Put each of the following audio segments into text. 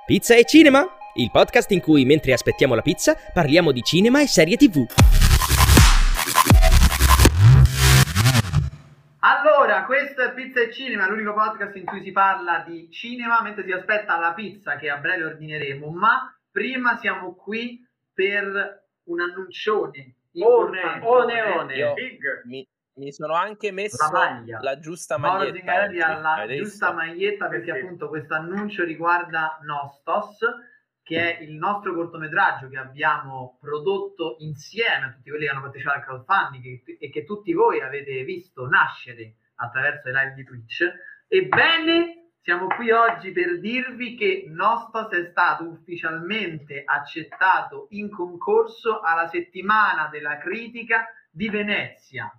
Pizza e Cinema, il podcast in cui mentre aspettiamo la pizza parliamo di cinema e serie TV. Allora, questo è Pizza e Cinema, l'unico podcast in cui si parla di cinema mentre si aspetta la pizza che a breve ordineremo, ma prima siamo qui per un annuncione. Io mi sono anche messo la giusta Mauro maglietta Zingarelli ha la Avete giusta visto? maglietta perché appunto questo annuncio riguarda Nostos, che è il nostro cortometraggio che abbiamo prodotto insieme a tutti quelli che hanno partecipato al crowdfunding e che tutti voi avete visto nascere attraverso le live di Twitch. Ebbene, siamo qui oggi per dirvi che Nostos è stato ufficialmente accettato in concorso alla settimana della critica di Venezia.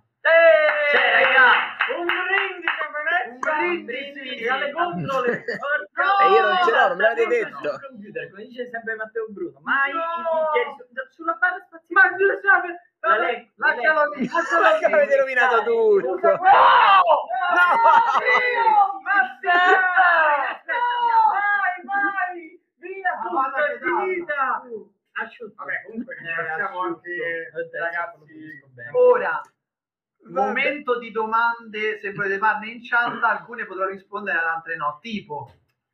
Un brindisi alle gondole. E io non ce l'ho, non me l'avete detto. Sul computer, come dice sempre Matteo Bruno, mai i bicchieri sulla barra spaziale. Ma tu sai, lascialo lì, Avete rovinato tutto. Vai, via, tutto è finita. Asciutto. Vabbè, comunque ringraziamo anche ragazzi. Ora, momento di domande, se volete farne in chat, alcune potrò rispondere, ad altre no. Tipo,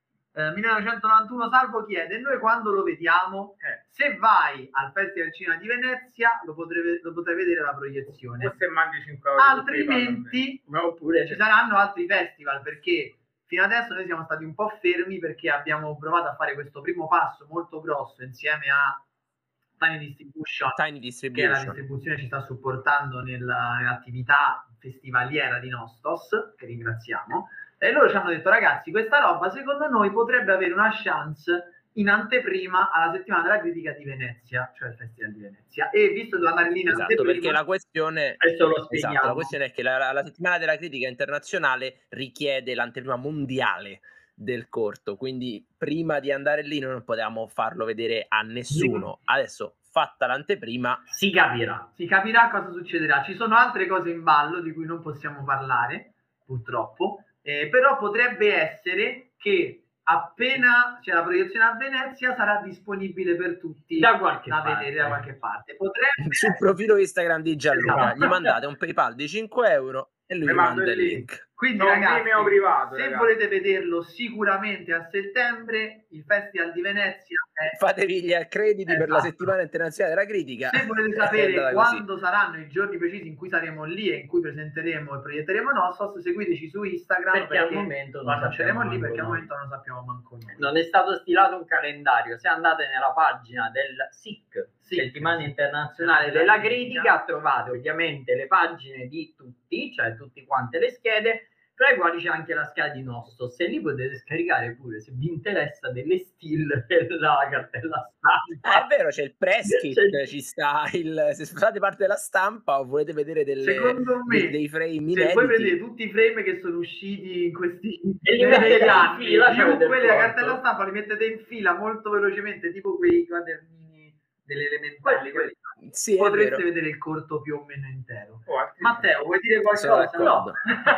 1991 Salvo chiede, noi quando lo vediamo? Se vai al Festival Cinema di Venezia lo potrai vedere la proiezione. O se mandi 5 euro. Altrimenti oppure ci saranno altri festival, perché fino adesso noi siamo stati un po' fermi perché abbiamo provato a fare questo primo passo molto grosso insieme a Tiny Distribution, che la distribuzione ci sta supportando nell'attività festivaliera di Nostos, che ringraziamo, e loro ci hanno detto: ragazzi, questa roba secondo noi potrebbe avere una chance in anteprima alla settimana della critica di Venezia, cioè il Festival di Venezia, e visto che devo andare lì in Esatto, perché la questione la questione è che la settimana della critica internazionale richiede l'anteprima mondiale del corto, quindi prima di andare lì noi non potevamo farlo vedere a nessuno. Adesso, fatta l'anteprima, si capirà cosa succederà. Ci sono altre cose in ballo di cui non possiamo parlare, purtroppo, però potrebbe essere che appena c'è la proiezione a Venezia sarà disponibile per tutti da qualche parte. Potrebbe sul profilo Instagram di Gianluca, esatto, gli mandate un PayPal di 5 euro e lui manda il link. Quindi ragazzi, se volete vederlo sicuramente a settembre, il Festival di Venezia fatevi gli accrediti per la settimana internazionale della critica. Se volete sapere quando saranno i giorni precisi in cui saremo lì e in cui presenteremo e proietteremo Nostos, seguiteci su Instagram, perché al momento non saremo lì, perché al momento non sappiamo manco noi. Non è stato stilato un calendario. Se andate nella pagina del SIC, settimana internazionale della critica, trovate ovviamente le pagine di tutti, cioè tutti quante le schede, tra i quali c'è anche la scheda di Nostos, e lì potete scaricare pure, se vi interessa, delle still della cartella stampa. È vero, c'è il press kit, ci sta se fate parte della stampa o volete vedere secondo me, dei frame inediti. Se voi vedete tutti i frame che sono usciti in questi anni, quelli la cartella stampa li mettete in fila molto velocemente, tipo quei quadernini delle elementari, sì, potreste vedere il corto più o meno intero. Matteo, vuoi dire qualcosa? No.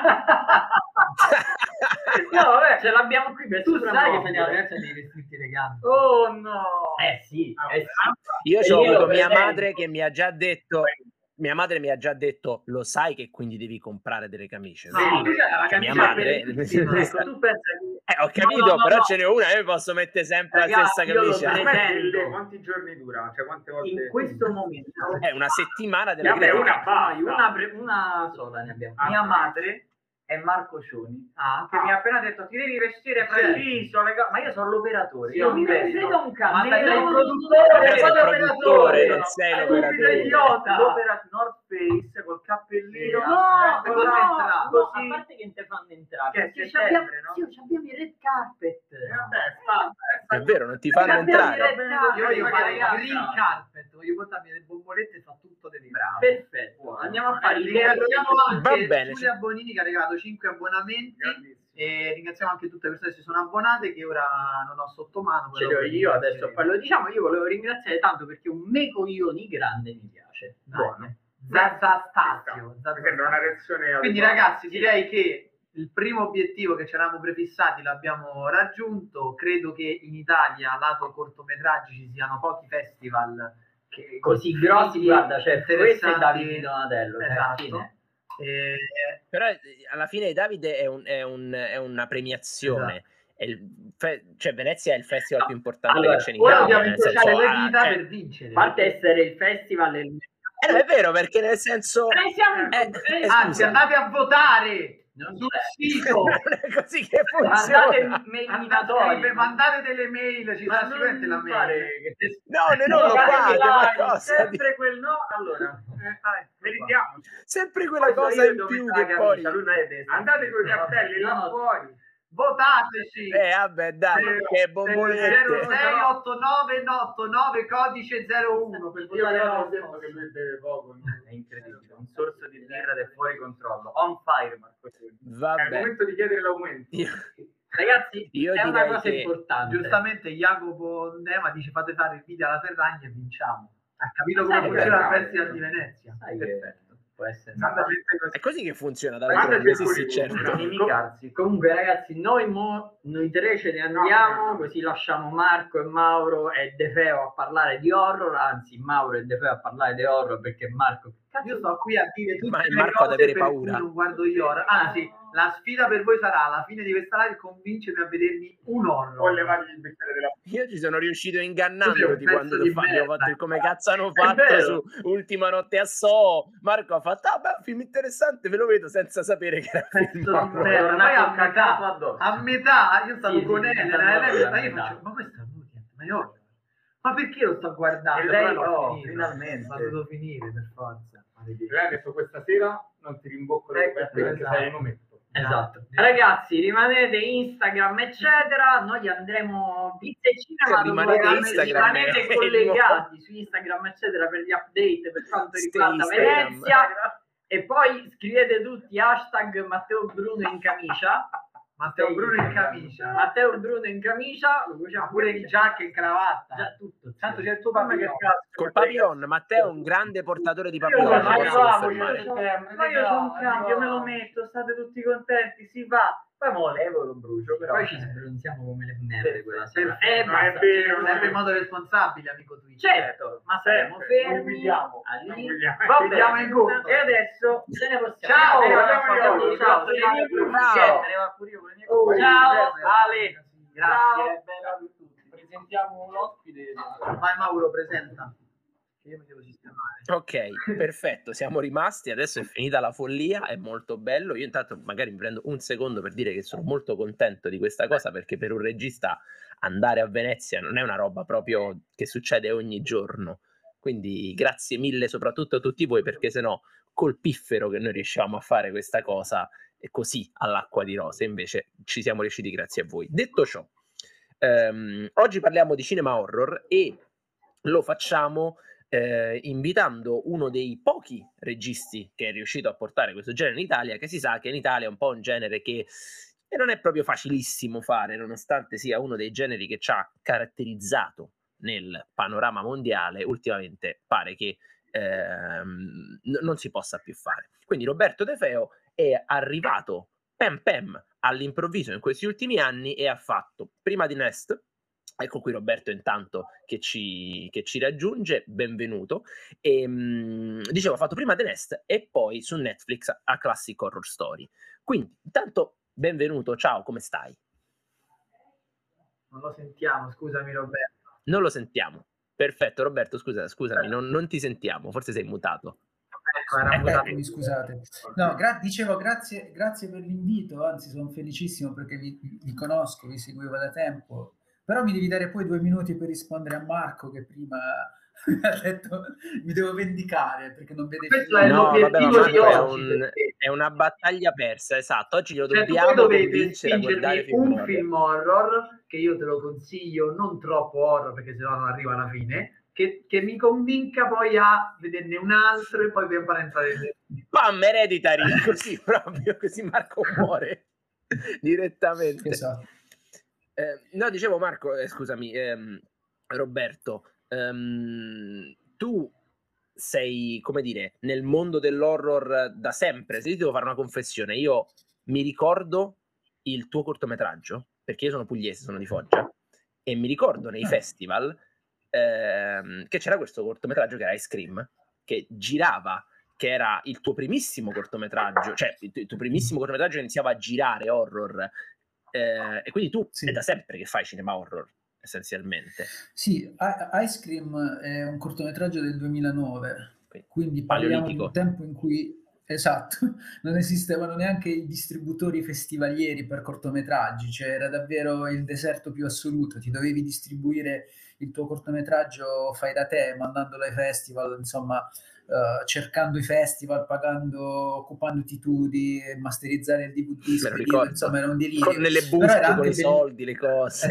No, vabbè, ce l'abbiamo qui. Tu sai che sei la ragazza dei vestiti eleganti. Oh no! Sì. Io ho avuto mia madre che mi ha già detto. Mia madre mi ha già detto: lo sai che quindi devi comprare delle camicie? No, cioè, mia madre. Tu pensa che... ho capito, però ce n'è una, io posso mettere sempre la stessa camicia. Quanti giorni dura? Cioè, quante volte? In questo momento è una settimana della critica. Una sola ne abbiamo. Mia madre è Marco Cioni, che mi ha appena detto: ti devi vestire preciso, ma io sono l'operatore, io mi vesto un ma cazzo, sei il produttore, non sei l'operatore. Idiota, l'operatore North Face col cappellino, così, a parte che non te fanno entrare, che abbiamo i red carpet, è vero, non ti fanno entrare. Io voglio fare il green carpet, voglio portarmi le bombolette e fa tutto di bravo. Perfetto, andiamo a fare va bene. Giulia Bonini che ha regalato 5 abbonamenti, e ringraziamo anche tutte le persone che si sono abbonate, che ora non ho sotto mano. Ce l'ho io adesso, poi lo diciamo. Io volevo ringraziare tanto perché un mecoglioni grande mi piace. Buono. Zazza Stazio. Sembra una reazione. Quindi ragazzi, direi che il primo obiettivo che ci eravamo prefissati l'abbiamo raggiunto. Credo che in Italia, lato cortometraggi, ci siano pochi festival che così grossi, guarda, cioè questo è Davide Donatello, esatto. Però alla fine Davide è una premiazione. Esatto. Cioè Venezia è il festival più importante che c'è in Ora Italia. dobbiamo incrociare le dita per vincere. A parte essere il festival è vero, perché nel senso anzi, andate a votare sul sito. Non è così che funziona. Mandate delle mail, ci sarà sicuramente la mail. No, non lo fate, ma cosa? Sempre quel no, allora meritiamo. Sempre quella cosa in più che poi andate con i cartelli là fuori. Votateci! Vabbè, dai, che bombolette! 068989 codice 01 per votare la nostra. Che lui beve poco, è incredibile, un sorso di birra ed è fuori controllo, on fire, Marco. Vabbè. È il momento di chiedere l'aumento. Ragazzi, io è una cosa importante. Giustamente Jacopo Nema dice fate fare il video alla Ferragni e vinciamo. Ha capito come funziona il Festival di Venezia? Perfetto. Può essere è così che funziona davvero. Certo. Comunque ragazzi, noi tre ce ne andiamo, così lasciamo Marco e Mauro e De Feo a parlare di horror, anzi Mauro e De Feo a parlare di horror, perché Marco io sto qui a dire tutte le Marco cose ad avere per paura. cui non guardo io horror. Anzi, la sfida per voi sarà alla fine di questa live convincermi a vedermi un horror. Io ci sono riuscito ingannandoti quando ho fatto il come cazzo hanno fatto su Ultima notte a Soho. Marco ha fatto film interessante, ve lo vedo, senza sapere che era film horror. Poi a metà io stavo con Elena e lei faccio, ma questo è ma è horror. Ma perché lo sto guardando? E lei finalmente l'ha dovuto finire per forza. Lei ha detto questa sera non ti rimbocco le perché sei un ometto. Esatto. Ragazzi, rimanete Instagram eccetera, noi andremo rimanete collegati su Instagram eccetera per gli update per quanto riguarda Venezia e poi scrivete tutti hashtag Matteo Bruno in camicia. Matteo Bruno in camicia. Matteo Bruno in camicia, lo facciamo pure in giacca e in cravatta. Già tutto. Tanto c'è il tuo papillon. Col papillon, Matteo è un grande portatore di papillon. Ma io sono un cambio, me lo metto, state tutti contenti, si va. Poi mo levo lo brucio, però poi ci sbronziamo come le merde quella sera. Ma è vero, sempre in modo responsabile, amico Twitch. Certo, ma saremo fermi. Vediamo in conto. E adesso ce ne possiamo. Ciao, ciao Ale. Grazie. Presentiamo un ospite. Vai Mauro, presenta. Io mi devo sistemare. Ok, perfetto, siamo rimasti, adesso è finita la follia, è molto bello. Io intanto magari mi prendo un secondo per dire che sono molto contento di questa cosa, perché per un regista andare a Venezia non è una roba proprio che succede ogni giorno. Quindi grazie mille soprattutto a tutti voi, perché sennò col piffero che noi riusciamo a fare questa cosa e così all'acqua di rose, invece ci siamo riusciti grazie a voi. Detto ciò, oggi parliamo di cinema horror e lo facciamo invitando uno dei pochi registi che è riuscito a portare questo genere in Italia, che si sa che in Italia è un po' un genere che non è proprio facilissimo fare, nonostante sia uno dei generi che ci ha caratterizzato nel panorama mondiale. Ultimamente pare che non si possa più fare. Quindi Roberto De Feo è arrivato all'improvviso in questi ultimi anni e ha fatto prima di Nest. Ecco qui Roberto intanto che ci raggiunge, benvenuto. E, dicevo, ha fatto prima The Nest e poi su Netflix a Classic Horror Story. Quindi intanto benvenuto, ciao, come stai? Non lo sentiamo, scusami Roberto. Non lo sentiamo. Perfetto Roberto, scusami, non ti sentiamo, forse sei mutato. Mi scusate. No, dicevo grazie per l'invito, anzi sono felicissimo perché vi conosco, vi seguivo da tempo. Però mi devi dare poi 2 minuti per rispondere a Marco che prima ha detto mi devo vendicare perché non vede è una battaglia persa, esatto. Oggi lo cioè, dobbiamo convincere a guardare film horror che io te lo consiglio, non troppo horror perché sennò non arriva alla fine, che mi convinca poi a vederne un altro e poi per entrare in Pam, Hereditary, così proprio, così Marco muore direttamente. Esatto. No, dicevo Marco, scusami, Roberto, tu sei, come dire, nel mondo dell'horror da sempre. Se io devo fare una confessione, io mi ricordo il tuo cortometraggio, perché io sono pugliese, sono di Foggia, e mi ricordo nei festival che c'era questo cortometraggio che era Ice Cream, che girava, che era il tuo primissimo cortometraggio, cioè il tuo primissimo cortometraggio che iniziava a girare horror, e quindi tu è da sempre che fai cinema horror, essenzialmente. Sì, Ice Cream è un cortometraggio del 2009, quindi parliamo di un tempo in cui, esatto, non esistevano neanche i distributori festivalieri per cortometraggi, cioè era davvero il deserto più assoluto, ti dovevi distribuire il tuo cortometraggio fai da te, mandandolo ai festival, insomma, cercando i festival, occupandoti tu di masterizzare il DVD, spedirlo, insomma era un delirio. Con le buste, con i soldi, le cose.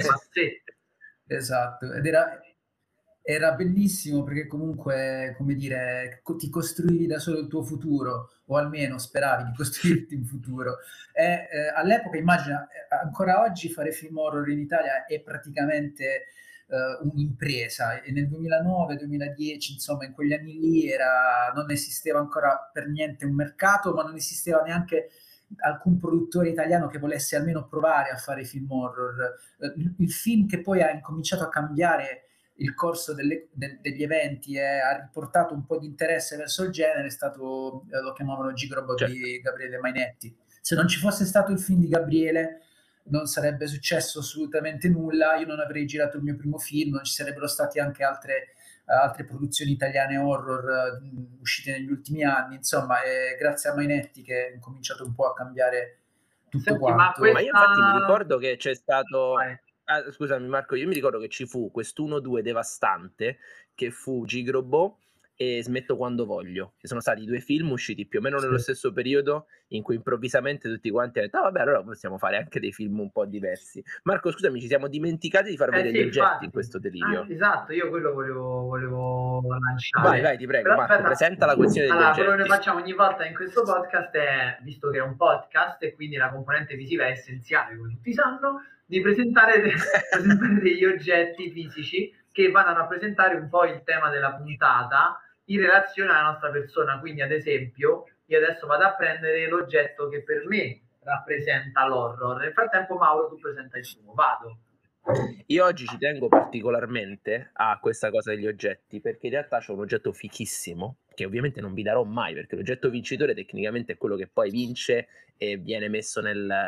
Esatto, ed era bellissimo perché comunque, come dire, ti costruivi da solo il tuo futuro, o almeno speravi di costruirti un futuro. E all'epoca, immagina, ancora oggi fare film horror in Italia è praticamente un'impresa, e nel 2009-2010, insomma, in quegli anni lì non esisteva ancora per niente un mercato, ma non esisteva neanche alcun produttore italiano che volesse almeno provare a fare film horror. Il film che poi ha incominciato a cambiare il corso degli eventi e ha riportato un po' di interesse verso il genere è stato, lo chiamavano Gigrobo, certo, di Gabriele Mainetti. Se non ci fosse stato il film di Gabriele non sarebbe successo assolutamente nulla, io non avrei girato il mio primo film, non ci sarebbero state anche altre produzioni italiane horror uscite negli ultimi anni, insomma è grazie a Mainetti che è cominciato un po' a cambiare tutto quanto. Ma io infatti mi ricordo che c'è stato... scusami Marco, io mi ricordo che ci fu quest'1-2 devastante, che fu Gigrobo e Smetto quando voglio, che sono stati 2 film usciti più o meno nello stesso periodo, in cui improvvisamente tutti quanti hanno detto vabbè, allora possiamo fare anche dei film un po' diversi. Marco, scusami, ci siamo dimenticati di far vedere gli oggetti in questo delirio. Esatto, io quello volevo lanciare. Vai, ti prego. Però, Marco, presenta la questione degli oggetti. Quello che facciamo ogni volta in questo podcast è, visto che è un podcast e quindi la componente visiva è essenziale, come tutti sanno, di presentare degli oggetti fisici che vanno a rappresentare un po' il tema della puntata in relazione alla nostra persona. Quindi, ad esempio, io adesso vado a prendere l'oggetto che per me rappresenta l'horror. Nel frattempo, Mauro, tu presenta il tuo. Vado. Io oggi ci tengo particolarmente a questa cosa degli oggetti, perché in realtà c'è un oggetto fichissimo, che ovviamente non vi darò mai, perché l'oggetto vincitore tecnicamente è quello che poi vince e viene messo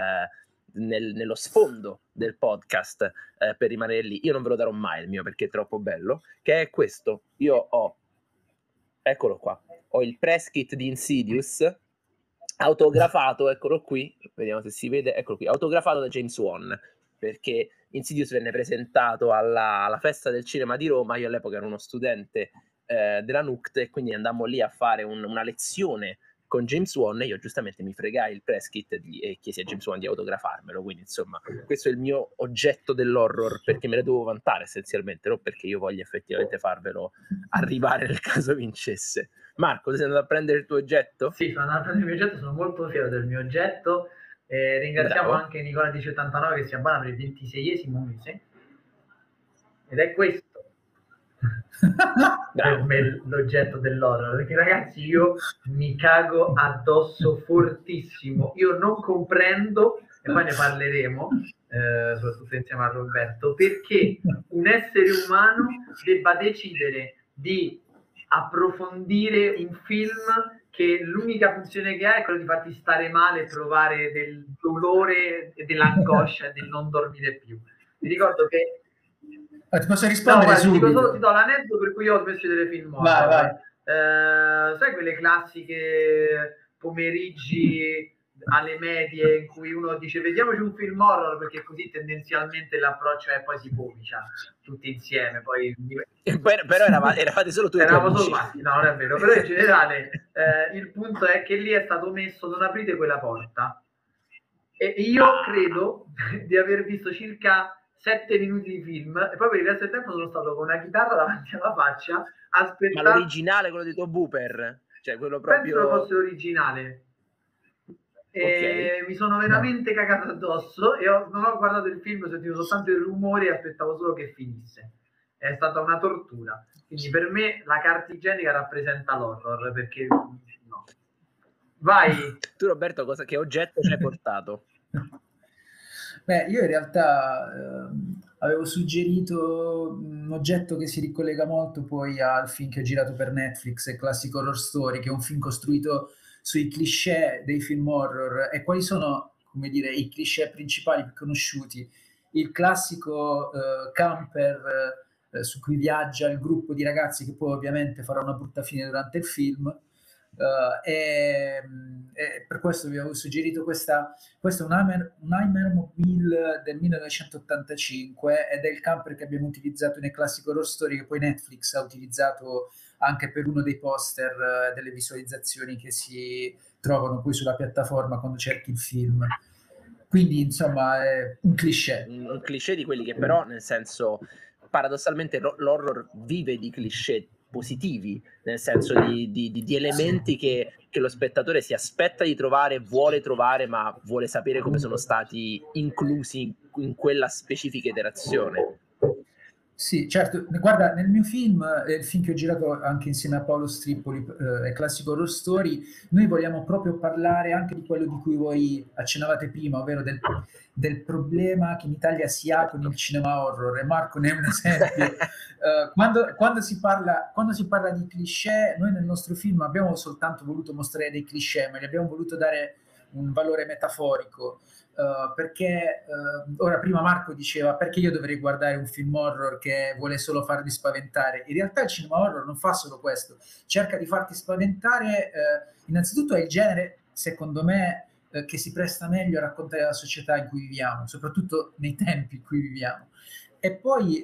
nello sfondo del podcast per rimanere lì. Io non ve lo darò mai il mio, perché è troppo bello, che è questo. Io ho, eccolo qua, ho il press kit di Insidious autografato, eccolo qui, vediamo se si vede, eccolo qui, autografato da James Wan, perché Insidious venne presentato alla festa del cinema di Roma. Io all'epoca ero uno studente della NUCT e quindi andammo lì a fare una lezione con James Wan e io giustamente mi fregai il press kit e chiesi a James Wan di autografarmelo. Quindi insomma questo è il mio oggetto dell'horror, perché me ne devo vantare essenzialmente, non perché io voglia effettivamente farvelo arrivare nel caso vincesse. Marco, sei andato a prendere il tuo oggetto? Sì, sono andato a prendere il mio oggetto, sono molto fiero del mio oggetto. Ringraziamo anche Nicola 1089 che si abbona per il 26esimo mese, ed è questo per me l'oggetto dell'horror, perché ragazzi io mi cago addosso fortissimo, io non comprendo, e poi ne parleremo soprattutto insieme a Roberto, perché un essere umano debba decidere di approfondire un film che l'unica funzione che ha è quella di farti stare male, provare del dolore e dell'angoscia e del non dormire più. Mi ricordo che ti posso rispondere subito? Ti do l'aneddoto per cui io ho smesso di vedere film horror. Vai. Sai quelle classiche pomeriggi alle medie in cui uno dice vediamoci un film horror, perché così tendenzialmente l'approccio è poi si pomicia tutti insieme, poi però eravate solo tu e eravamo solo matti, no, non è vero, però in generale il punto è che lì è stato messo non aprite quella porta, e io credo di aver visto circa 7 minuti di film e poi per il resto del tempo sono stato con una chitarra davanti alla faccia aspettando. Ma l'originale, quello di Tom Booper, cioè quello proprio, penso fosse l'originale. E mi sono veramente cagato addosso e non ho guardato il film, ho sentito soltanto il rumore e aspettavo solo che finisse. È stata una tortura, quindi per me la carta igienica rappresenta l'horror, perché no. Vai. Tu Roberto, che oggetto ci hai portato? Beh, io in realtà avevo suggerito un oggetto che si ricollega molto poi al film che ho girato per Netflix, Classic Horror Story, che è un film costruito sui cliché dei film horror. E quali sono, come dire, i cliché principali più conosciuti? Il classico camper su cui viaggia il gruppo di ragazzi che poi ovviamente farà una brutta fine durante il film. E per questo vi avevo suggerito questo è un Heimer Mobile del 1985 ed è il camper che abbiamo utilizzato nei Classic Horror Story, che poi Netflix ha utilizzato anche per uno dei poster delle visualizzazioni che si trovano poi sulla piattaforma quando cerchi il film. Quindi insomma è un cliché. Un cliché di quelli che però, nel senso, paradossalmente l'horror vive di cliché positivi, nel senso di elementi che lo spettatore si aspetta di trovare, vuole trovare, ma vuole sapere come sono stati inclusi in quella specifica iterazione. Sì, certo. Guarda, nel mio film, il film che ho girato anche insieme a Paolo Strippoli, è Classic Horror Story, noi vogliamo proprio parlare anche di quello di cui voi accennavate prima, ovvero del problema che in Italia si ha con il cinema horror, e Marco ne è un esempio. Quando si parla di cliché, noi nel nostro film abbiamo soltanto voluto mostrare dei cliché, ma gli abbiamo voluto dare un valore metaforico. Perché ora prima Marco diceva perché io dovrei guardare un film horror che vuole solo farmi spaventare. In realtà il cinema horror non fa solo questo, cerca di farti spaventare. Innanzitutto è il genere, secondo me, che si presta meglio a raccontare la società in cui viviamo, soprattutto nei tempi in cui viviamo. E poi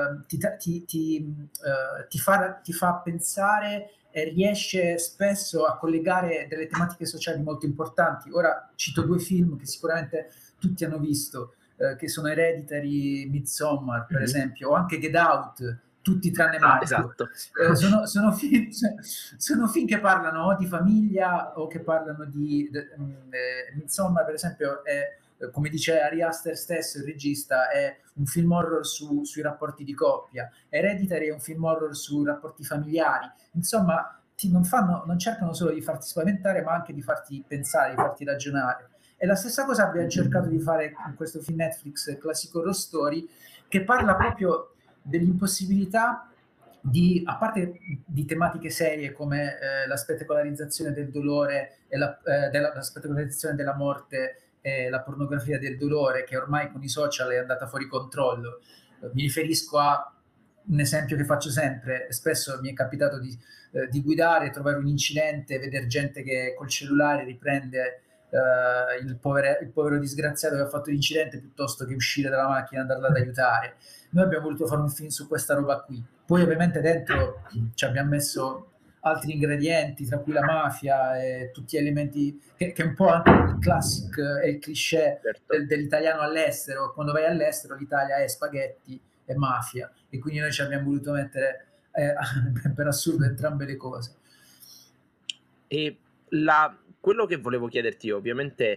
ti fa pensare e riesce spesso a collegare delle tematiche sociali molto importanti. Ora cito due film che sicuramente tutti hanno visto, che sono Hereditary, Midsommar, per esempio, o anche Get Out, tutti tranne Marco. Esatto. Sono film che parlano o di famiglia o che parlano di Midsommar, per esempio, è, come dice Ari Aster stesso, il regista, è un film horror sui rapporti di coppia. Hereditary è un film horror sui rapporti familiari. Insomma, non cercano solo di farti spaventare, ma anche di farti pensare, di farti ragionare. E la stessa cosa abbiamo cercato di fare con questo film Netflix, Classic Horror Story, che parla proprio dell'impossibilità a parte di tematiche serie come la spettacolarizzazione del dolore e la spettacolarizzazione della morte e la pornografia del dolore, che ormai con i social è andata fuori controllo. Mi riferisco a un esempio che faccio sempre: spesso mi è capitato di guidare, trovare un incidente, vedere gente che col cellulare riprende il povero disgraziato che ha fatto l'incidente piuttosto che uscire dalla macchina e andarla ad aiutare. Noi abbiamo voluto fare un film su questa roba qui. Poi ovviamente dentro ci abbiamo messo altri ingredienti, tra cui la mafia e tutti gli elementi che è un po' anche il classic e il cliché dell'italiano all'estero. Quando vai all'estero l'Italia è spaghetti e mafia, e quindi noi ci abbiamo voluto mettere per assurdo entrambe le cose. E quello che volevo chiederti io, ovviamente,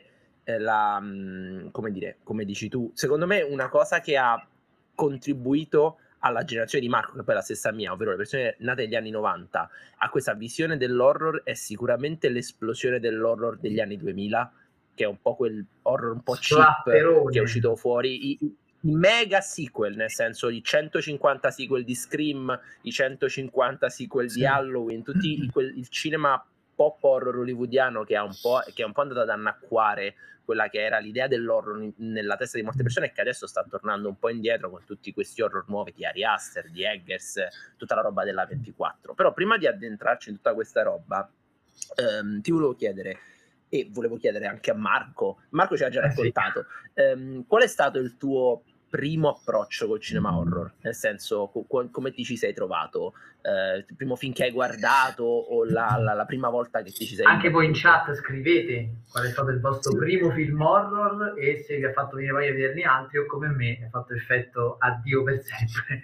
come dici tu, secondo me una cosa che ha contribuito alla generazione di Marco, che poi è la stessa mia, ovvero le persone nate negli anni 90, a questa visione dell'horror, è sicuramente l'esplosione dell'horror degli anni 2000, che è un po' quel horror un po' cheap che è uscito fuori, i mega sequel, nel senso i 150 sequel di Scream, i 150 sequel di Halloween, tutti il cinema pop horror hollywoodiano che è un po' andato ad annacquare quella che era l'idea dell'horror nella testa di molte persone, e che adesso sta tornando un po' indietro con tutti questi horror nuovi di Ari Aster, di Eggers, tutta la roba della 24. Però prima di addentrarci in tutta questa roba, ti volevo chiedere, e volevo chiedere anche a Marco ci ha già raccontato, qual è stato il tuo primo approccio col cinema horror? Nel senso, come ti ci sei trovato? Il primo film che hai guardato o la prima volta che ti ci sei anche voi in chat scrivete qual è stato il vostro primo film horror e se vi ha fatto venire voglia di vederne altri, o come me ha fatto effetto addio per sempre.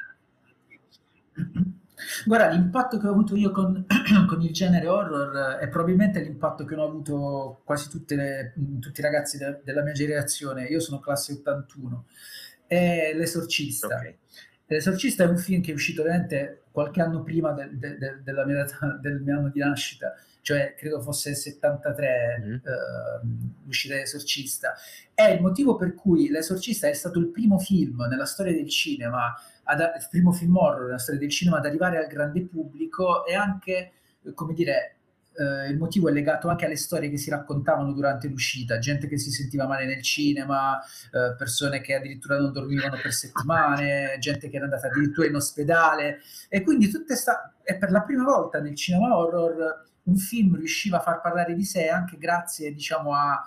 Guarda, l'impatto che ho avuto io con il genere horror è probabilmente l'impatto che hanno avuto quasi tutti i ragazzi della mia generazione. Io sono classe 81. È L'Esorcista. Okay. L'Esorcista è un film che è uscito veramente qualche anno prima del mio anno di nascita, cioè credo fosse il 73 l'uscita dell'Esorcista. È il motivo per cui l'Esorcista è stato il primo film nella storia del cinema, il primo film horror nella storia del cinema ad arrivare al grande pubblico, e anche, come dire, il motivo è legato anche alle storie che si raccontavano durante l'uscita, gente che si sentiva male nel cinema, persone che addirittura non dormivano per settimane, gente che era andata addirittura in ospedale, e quindi e per la prima volta nel cinema horror un film riusciva a far parlare di sé anche grazie, diciamo, a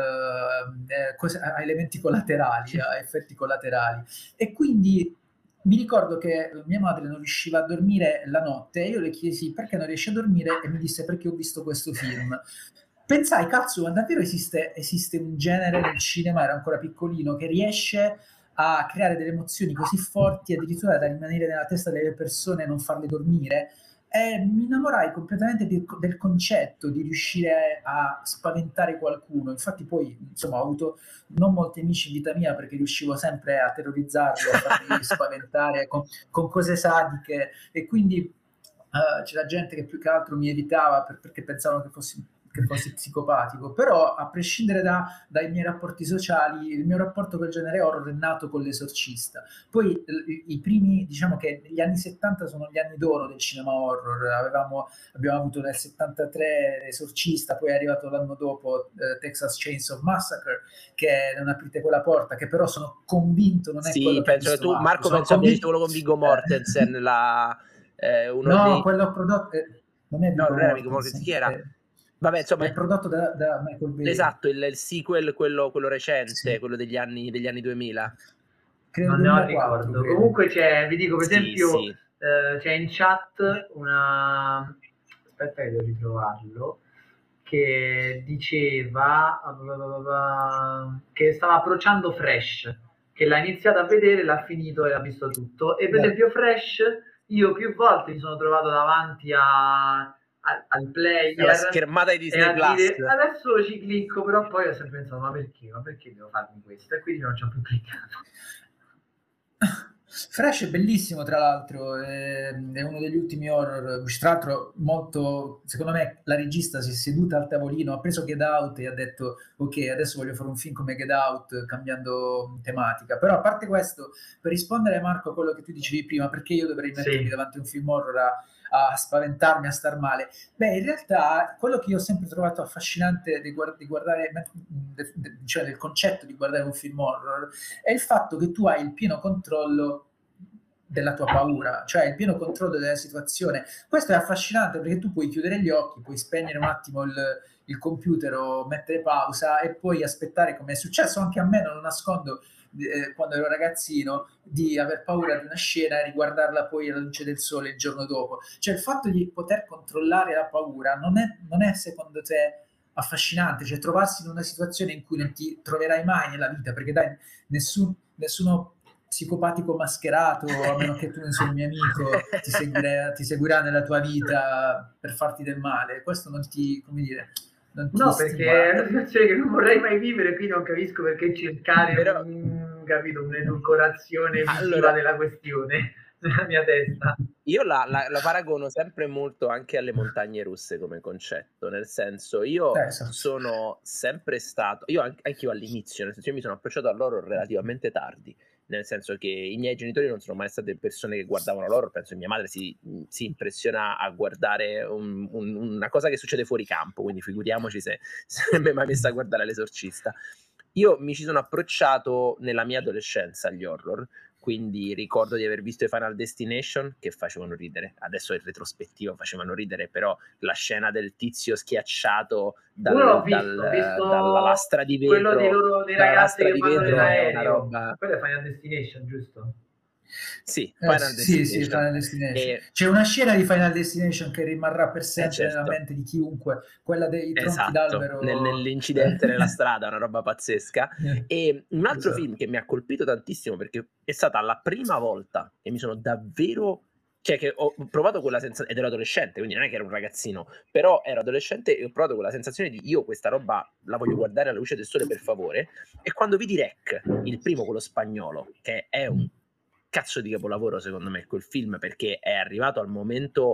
elementi collaterali, a effetti collaterali. E quindi mi ricordo che mia madre non riusciva a dormire la notte, e io le chiesi perché non riesci a dormire, e mi disse perché ho visto questo film. Pensai, cazzo, ma davvero esiste un genere nel cinema, era ancora piccolino, che riesce a creare delle emozioni così forti, addirittura da rimanere nella testa delle persone e non farle dormire? E mi innamorai completamente del concetto di riuscire a spaventare qualcuno. Infatti poi, insomma, ho avuto non molti amici in vita mia, perché riuscivo sempre a terrorizzarli, a farli spaventare con cose sadiche, e quindi c'era gente che più che altro mi evitava perché pensavano che fossi psicopatico. Però, a prescindere dai miei rapporti sociali, il mio rapporto col genere horror è nato con l'Esorcista. Poi i primi, diciamo che gli anni 70 sono gli anni d'oro del cinema horror. Abbiamo avuto nel 73 l'Esorcista, poi è arrivato l'anno dopo Texas Chainsaw Massacre, che Non aprite quella porta, che però sono convinto non è quello che penso che tu, Marco, penso abbia visto quello con Viggo Mortensen, quello prodotto non è non era Viggo Mortensen, chi era? Vabbè, insomma, è prodotto da Michael Bay. Esatto, il sequel, quello recente, sì, quello degli anni 2000. Credo non 2004, ne ho ricordo. Credo. Comunque vi dico, per esempio, c'è in chat una... Aspetta che devo ritrovarlo. Che diceva che stava approcciando Fresh, che l'ha iniziato a vedere, l'ha finito e l'ha visto tutto. E per esempio Fresh, io più volte mi sono trovato davanti al player, la schermata di Disney Plus, dire, adesso ci clicco, però poi ho sempre pensato ma perché devo farmi questo, e quindi non ci ho più cliccato. Fresh è bellissimo, tra l'altro, è uno degli ultimi horror, tra l'altro molto, secondo me la regista si è seduta al tavolino, ha preso Get Out e ha detto ok, adesso voglio fare un film come Get Out, cambiando tematica. Però, a parte questo, per rispondere a Marco a quello che tu dicevi prima, perché io dovrei mettermi davanti a un film horror a spaventarmi, a star male? Beh, in realtà quello che io ho sempre trovato affascinante di guardare, cioè del concetto di guardare un film horror, è il fatto che tu hai il pieno controllo della tua paura, cioè il pieno controllo della situazione. Questo è affascinante, perché tu puoi chiudere gli occhi, puoi spegnere un attimo il computer o mettere pausa e poi aspettare, come è successo anche a me, non lo nascondo, quando ero ragazzino, di aver paura di una scena e riguardarla poi alla luce del sole il giorno dopo. Cioè il fatto di poter controllare la paura non è secondo te affascinante? Cioè trovarsi in una situazione in cui non ti troverai mai nella vita, perché dai, nessuno psicopatico mascherato, a meno che tu non sia un mio amico, ti seguirà nella tua vita per farti del male. Questo non ti, come dire, no, perché è una situazione che non vorrei mai vivere. Qui non capisco perché cercare un'edulcorazione visiva della questione nella mia testa. Io la paragono sempre molto anche alle montagne russe come concetto, nel senso, io sono sempre stato, anche io all'inizio, nel senso, io mi sono approcciato all'horror relativamente tardi, nel senso che i miei genitori non sono mai state persone che guardavano l'horror. Penso che mia madre si impressiona a guardare una cosa che succede fuori campo, quindi figuriamoci se non mi è mai messa a guardare l'Esorcista. Io mi ci sono approcciato nella mia adolescenza agli horror, quindi ricordo di aver visto i Final Destination, che facevano ridere, adesso in retrospettiva facevano ridere, però la scena del tizio schiacciato dalla lastra di vetro, quello dei ragazzi che vanno è una roba. Quello è Final Destination, giusto? Sì, Final Destination. Final Destination. C'è una scena di Final Destination che rimarrà per sempre nella mente di chiunque, quella dei tronchi d'albero nell'incidente nella strada, una roba pazzesca. E un altro film che mi ha colpito tantissimo, perché è stata la prima volta che mi sono davvero, cioè che ho provato quella sensazione, ed ero adolescente, quindi non è che ero un ragazzino, però ero adolescente e ho provato quella sensazione di io questa roba la voglio guardare alla luce del sole, per favore. E quando vidi Rec, il primo, quello spagnolo, che è un cazzo di capolavoro secondo me quel film, perché è arrivato al momento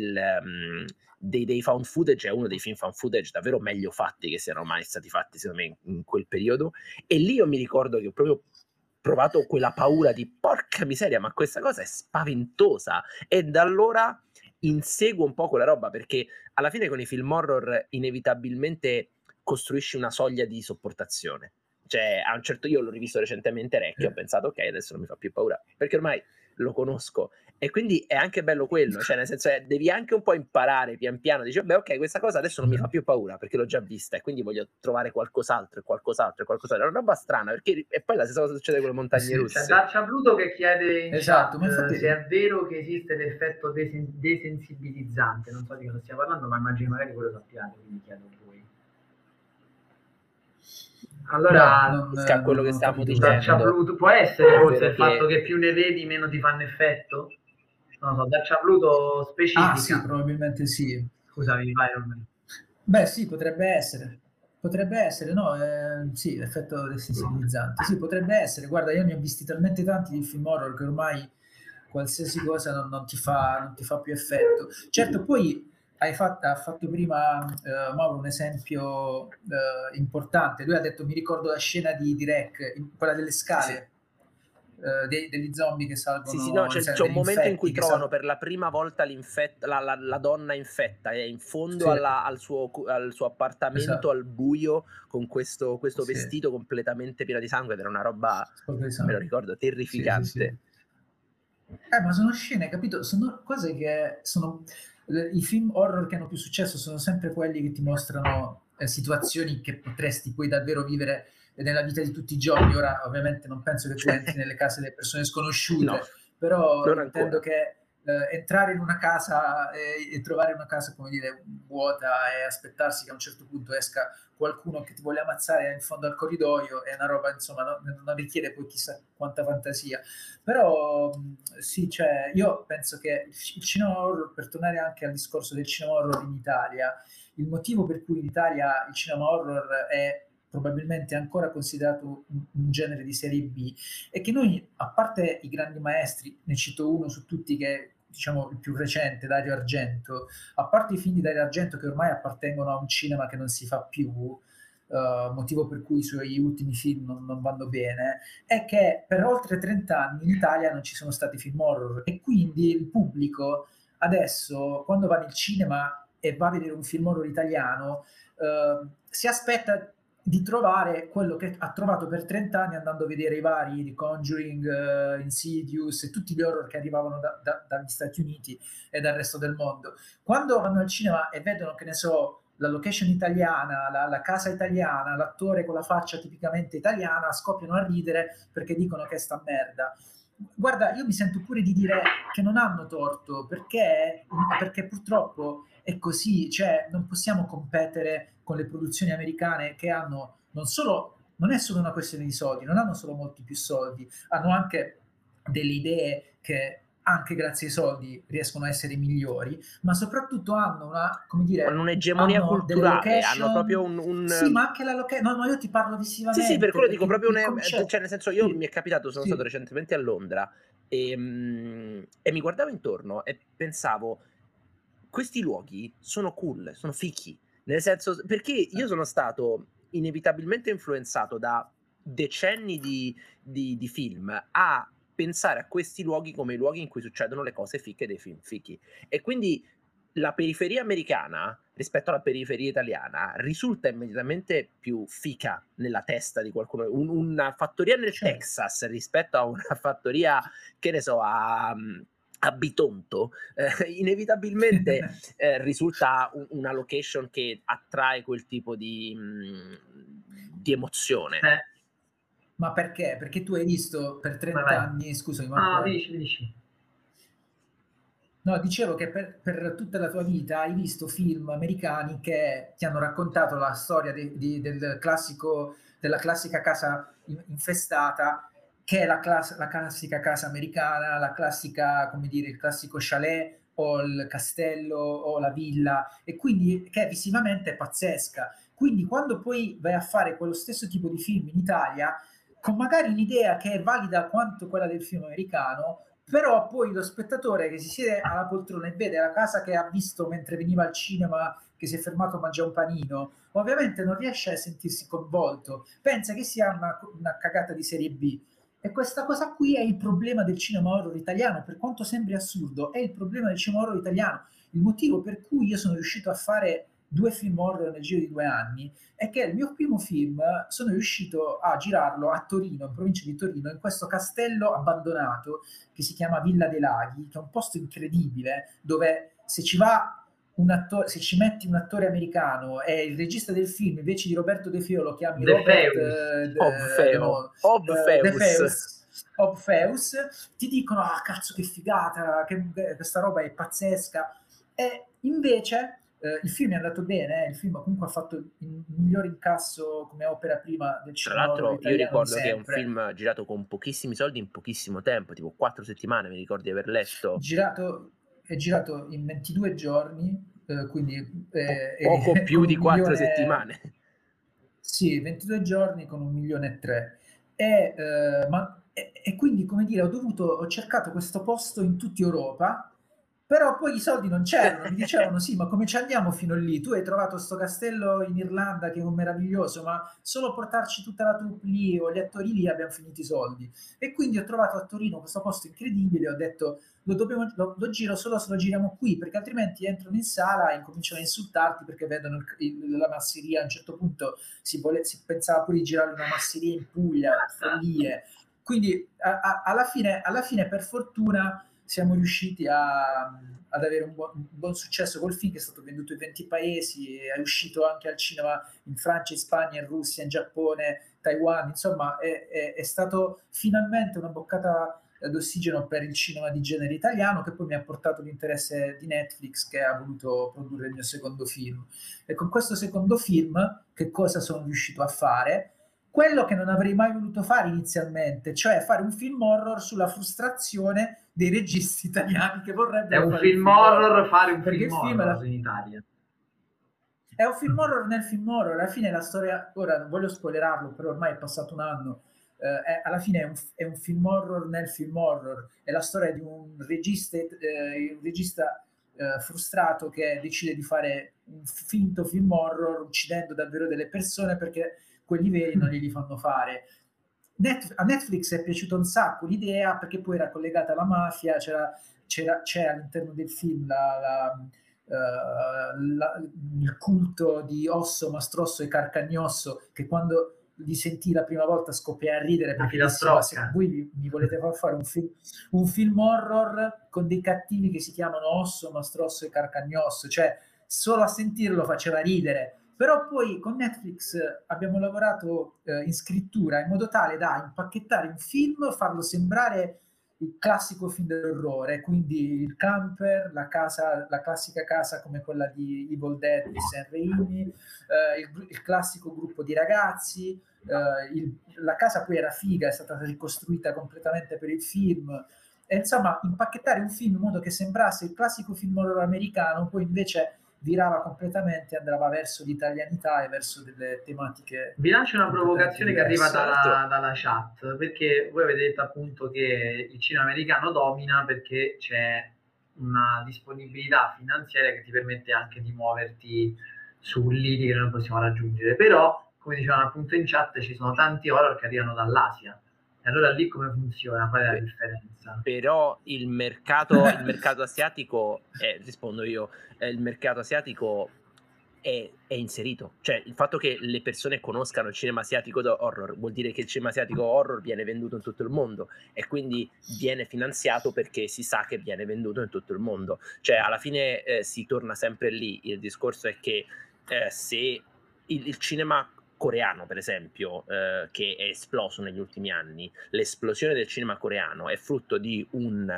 dei found footage, è uno dei film found footage davvero meglio fatti che siano mai stati fatti secondo me in quel periodo, e lì io mi ricordo che ho proprio provato quella paura di porca miseria, ma questa cosa è spaventosa, e da allora inseguo un po' quella roba, perché alla fine con i film horror inevitabilmente costruisci una soglia di sopportazione. Cioè, a un certo, io l'ho rivisto recentemente Rec, ho pensato ok, adesso non mi fa più paura, perché ormai lo conosco, e quindi è anche bello quello, cioè nel senso devi anche un po' imparare pian piano, dici beh ok, questa cosa adesso non mi fa più paura perché l'ho già vista, e quindi voglio trovare qualcos'altro, è una roba strana, perché e poi la stessa cosa succede con le montagne russe. C'è Darcia Pluto che chiede in chat se è vero che esiste l'effetto desensibilizzante, non so di cosa stia parlando, ma immagino magari quello sappiate, quindi chiedo a voi. Allora, a quello che stiamo dicendo, può essere forse il fatto che più ne vedi meno ti fanno effetto? Non so, Darcia Pluto specifica. Sì, probabilmente sì. Scusami, vai. Beh sì, potrebbe essere, no? Sì, effetto desensibilizzante, sì, potrebbe essere. Guarda, io ne ho visti talmente tanti di film horror che ormai qualsiasi cosa non ti fa più effetto. Certo, poi ha fatto prima Mauro un esempio importante. Lui ha detto, mi ricordo la scena di Rec, quella delle scale, degli zombie che salgono. Sì, no, c'è un momento in cui trovano per la prima volta la donna infetta, è in fondo al suo appartamento, esatto, al buio, con questo vestito completamente pieno di sangue, ed era una roba, me lo ricordo, terrificante. Ma sono scene, capito? Sono cose che sono... I film horror che hanno più successo sono sempre quelli che ti mostrano situazioni che potresti poi davvero vivere nella vita di tutti i giorni. Ora ovviamente non penso che tu entri nelle case delle persone sconosciute, no, però intendo che entrare in una casa e trovare una casa, come dire, vuota, e aspettarsi che a un certo punto esca qualcuno che ti vuole ammazzare in fondo al corridoio è una roba, insomma, non richiede poi chissà quanta fantasia. Però sì, cioè, io penso che il cinema horror, per tornare anche al discorso del cinema horror in Italia, il motivo per cui in Italia il cinema horror è probabilmente ancora considerato un genere di serie B è che noi, a parte i grandi maestri, ne cito uno su tutti che è, diciamo, il più recente, Dario Argento, a parte i film di Dario Argento che ormai appartengono a un cinema che non si fa più, motivo per cui i suoi ultimi film non vanno bene, è che per oltre 30 anni in Italia non ci sono stati film horror, e quindi il pubblico adesso, quando va nel cinema e va a vedere un film horror italiano, si aspetta di trovare quello che ha trovato per 30 anni andando a vedere i vari The Conjuring, Insidious e tutti gli horror che arrivavano dagli Stati Uniti e dal resto del mondo. Quando vanno al cinema e vedono, che ne so, la location italiana, la casa italiana, l'attore con la faccia tipicamente italiana, scoppiano a ridere perché dicono che è sta merda. Guarda, io mi sento pure di dire che non hanno torto, perché purtroppo è così, cioè non possiamo competere con le produzioni americane che hanno non è solo una questione di soldi, non hanno solo molti più soldi, hanno anche delle idee che anche grazie ai soldi riescono a essere migliori, ma soprattutto hanno un'egemonia culturale, hanno proprio Sì, ma anche la location. No, io ti parlo visivamente. Sì, per quello dico proprio cioè nel senso, io mi è capitato, sono stato recentemente a Londra e mi guardavo intorno e pensavo, questi luoghi sono cool, sono fichi, nel senso, perché io sono stato inevitabilmente influenzato da decenni di film a pensare a questi luoghi come i luoghi in cui succedono le cose fiche dei film fichi, e quindi la periferia americana rispetto alla periferia italiana risulta immediatamente più fica nella testa di qualcuno. Una fattoria nel Texas rispetto a una fattoria, che ne so, a Bitonto, inevitabilmente risulta una location che attrae quel tipo di emozione. Ma perché? Perché tu hai visto per 30 anni, scusami Marco. Dici. No, dicevo che per tutta la tua vita hai visto film americani che ti hanno raccontato la storia della classica casa infestata, che è la classica casa americana, la classica, come dire, il classico chalet o il castello o la villa, e quindi che visivamente è pazzesca. Quindi quando poi vai a fare quello stesso tipo di film in Italia, con magari un'idea che è valida quanto quella del film americano, però poi lo spettatore che si siede alla poltrona e vede la casa che ha visto mentre veniva al cinema, che si è fermato a mangiare un panino, ovviamente non riesce a sentirsi coinvolto, pensa che sia una cagata di serie B. E questa cosa qui è il problema del cinema horror italiano, per quanto sembri assurdo, è il problema del cinema horror italiano. Il motivo per cui io sono riuscito a fare 2 film horror nel giro di 2 anni è che il mio primo film sono riuscito a girarlo a Torino, in provincia di Torino, in questo castello abbandonato che si chiama Villa dei Laghi, che è un posto incredibile dove se ci va un attore, se ci metti un attore americano e il regista del film invece di Roberto De Feo lo chiami Obfeus, ti dicono cazzo che figata, che questa roba è pazzesca. E invece il film è andato bene, il film comunque ha fatto il miglior incasso come opera prima del cinema. Tra l'altro io ricordo che è un film girato con pochissimi soldi in pochissimo tempo, tipo 4 settimane, mi ricordo di aver letto. È girato in 22 giorni, quindi poco più di 4 settimane. Sì, 22 giorni con 1,3 milioni. E quindi, come dire, ho cercato questo posto in tutta Europa, però poi i soldi non c'erano, mi dicevano sì, ma come ci andiamo fino lì? Tu hai trovato sto castello in Irlanda che è meraviglioso, ma solo portarci tutta la troupe lì o gli attori lì abbiamo finito i soldi. E quindi ho trovato a Torino questo posto incredibile, ho detto lo giro solo se lo giriamo qui, perché altrimenti entrano in sala e incominciano a insultarti perché vedono la masseria. A un certo punto si pensava pure di girare una masseria in Puglia, follie. Quindi alla fine per fortuna siamo riusciti ad avere un buon successo col film, che è stato venduto in 20 paesi, è uscito anche al cinema in Francia, in Spagna, in Russia, in Giappone, Taiwan. Insomma è stato finalmente una boccata d'ossigeno per il cinema di genere italiano, che poi mi ha portato l'interesse di Netflix, che ha voluto produrre il mio secondo film. E con questo secondo film che cosa sono riuscito a fare? Quello che non avrei mai voluto fare inizialmente, cioè fare un film horror sulla frustrazione dei registi italiani che vorrebbero fare un film horror in Italia. È un film horror nel film horror. Alla fine la storia, ora non voglio spoilerarlo, però ormai è passato un anno, alla fine è un film horror nel film horror. È la storia di un regista frustrato che decide di fare un finto film horror uccidendo davvero delle persone perché quelli veri non glieli fanno fare. A Netflix è piaciuta un sacco l'idea, perché poi era collegata alla mafia, c'è all'interno del film il culto di Osso, Mastrosso e Carcagnosso, che quando li sentì la prima volta scoppiai a ridere perché dissero: se voi mi volete far fare un film horror con dei cattivi che si chiamano Osso, Mastrosso e Carcagnosso, cioè solo a sentirlo faceva ridere. Però poi con Netflix abbiamo lavorato in scrittura in modo tale da impacchettare un film, farlo sembrare il classico film dell'orrore, quindi il camper, la classica casa come quella di Evil Dead di Sam Raimi, il classico gruppo di ragazzi, la casa poi era figa, è stata ricostruita completamente per il film. E insomma, impacchettare un film in modo che sembrasse il classico film horror americano, poi invece virava completamente, andava verso l'italianità e verso delle tematiche. Vi lancio una provocazione che arriva dalla chat, perché voi avete detto appunto che il cinema americano domina perché c'è una disponibilità finanziaria che ti permette anche di muoverti su liti che non possiamo raggiungere, però come dicevano appunto in chat ci sono tanti horror che arrivano dall'Asia. E allora lì come funziona? Qual è la differenza? Però il mercato asiatico, rispondo io, il mercato asiatico è inserito. Cioè il fatto che le persone conoscano il cinema asiatico da horror vuol dire che il cinema asiatico horror viene venduto in tutto il mondo e quindi viene finanziato perché si sa che viene venduto in tutto il mondo. Cioè alla fine si torna sempre lì. Il discorso è che se il cinema coreano, per esempio, che è esploso negli ultimi anni, l'esplosione del cinema coreano è frutto di un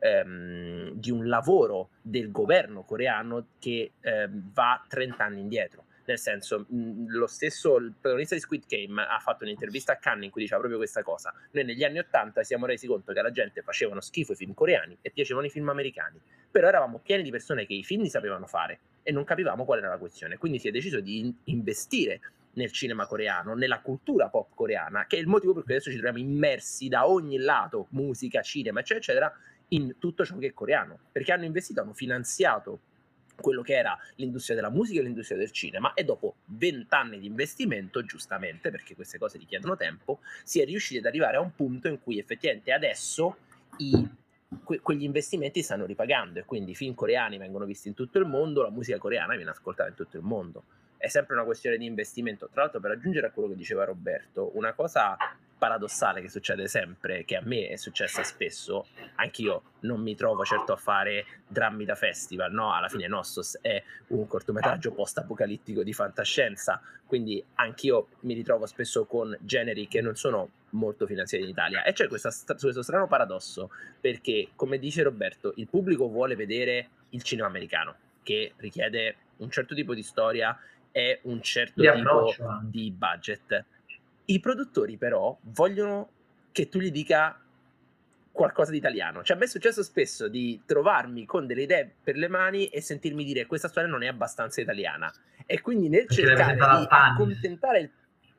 lavoro del governo coreano che va 30 anni indietro. Nel senso, lo stesso il protagonista di Squid Game ha fatto un'intervista a Cannes in cui diceva proprio questa cosa: noi negli anni 80 siamo resi conto che alla gente facevano schifo i film coreani e piacevano i film americani, però eravamo pieni di persone che i film li sapevano fare e non capivamo qual era la questione, quindi si è deciso di investire nel cinema coreano, nella cultura pop coreana, che è il motivo per cui adesso ci troviamo immersi da ogni lato, musica, cinema, eccetera, eccetera, in tutto ciò che è coreano, perché hanno investito, hanno finanziato quello che era l'industria della musica e l'industria del cinema, e dopo 20 anni di investimento, giustamente, perché queste cose richiedono tempo, si è riusciti ad arrivare a un punto in cui effettivamente adesso quegli investimenti stanno ripagando, e quindi i film coreani vengono visti in tutto il mondo, la musica coreana viene ascoltata in tutto il mondo. È sempre una questione di investimento. Tra l'altro, per aggiungere a quello che diceva Roberto, una cosa paradossale che succede sempre, che a me è successa spesso, anch'io non mi trovo certo a fare drammi da festival, no? Alla fine Nostos è un cortometraggio post-apocalittico di fantascienza, quindi anch'io mi ritrovo spesso con generi che non sono molto finanziati in Italia, e c'è questo strano paradosso, perché, come dice Roberto, il pubblico vuole vedere il cinema americano, che richiede un certo tipo di storia e un certo tipo di budget. I produttori però vogliono che tu gli dica qualcosa di italiano. Cioè, a me è successo spesso di trovarmi con delle idee per le mani e sentirmi dire questa storia non è abbastanza italiana, e quindi nel cercare di accontentare il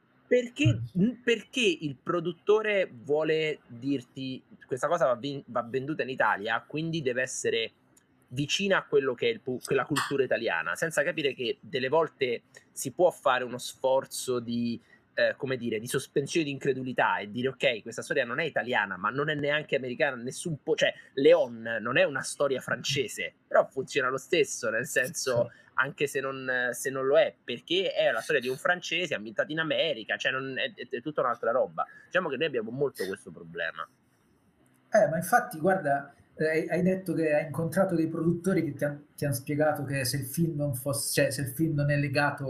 perché il produttore vuole dirti questa cosa va venduta in Italia, quindi deve essere vicina a quello che è quella cultura italiana, senza capire che delle volte si può fare uno sforzo di come dire, di sospensione di incredulità e dire ok, questa storia non è italiana, ma non è neanche americana, cioè Leon non è una storia francese, però funziona lo stesso, nel senso, anche se non lo è, perché è la storia di un francese ambientato in America, cioè è tutta un'altra roba. Diciamo che noi abbiamo molto questo problema. Ma infatti, guarda, hai detto che hai incontrato dei produttori che ti hanno spiegato che se il film non fosse, cioè se il film non è legato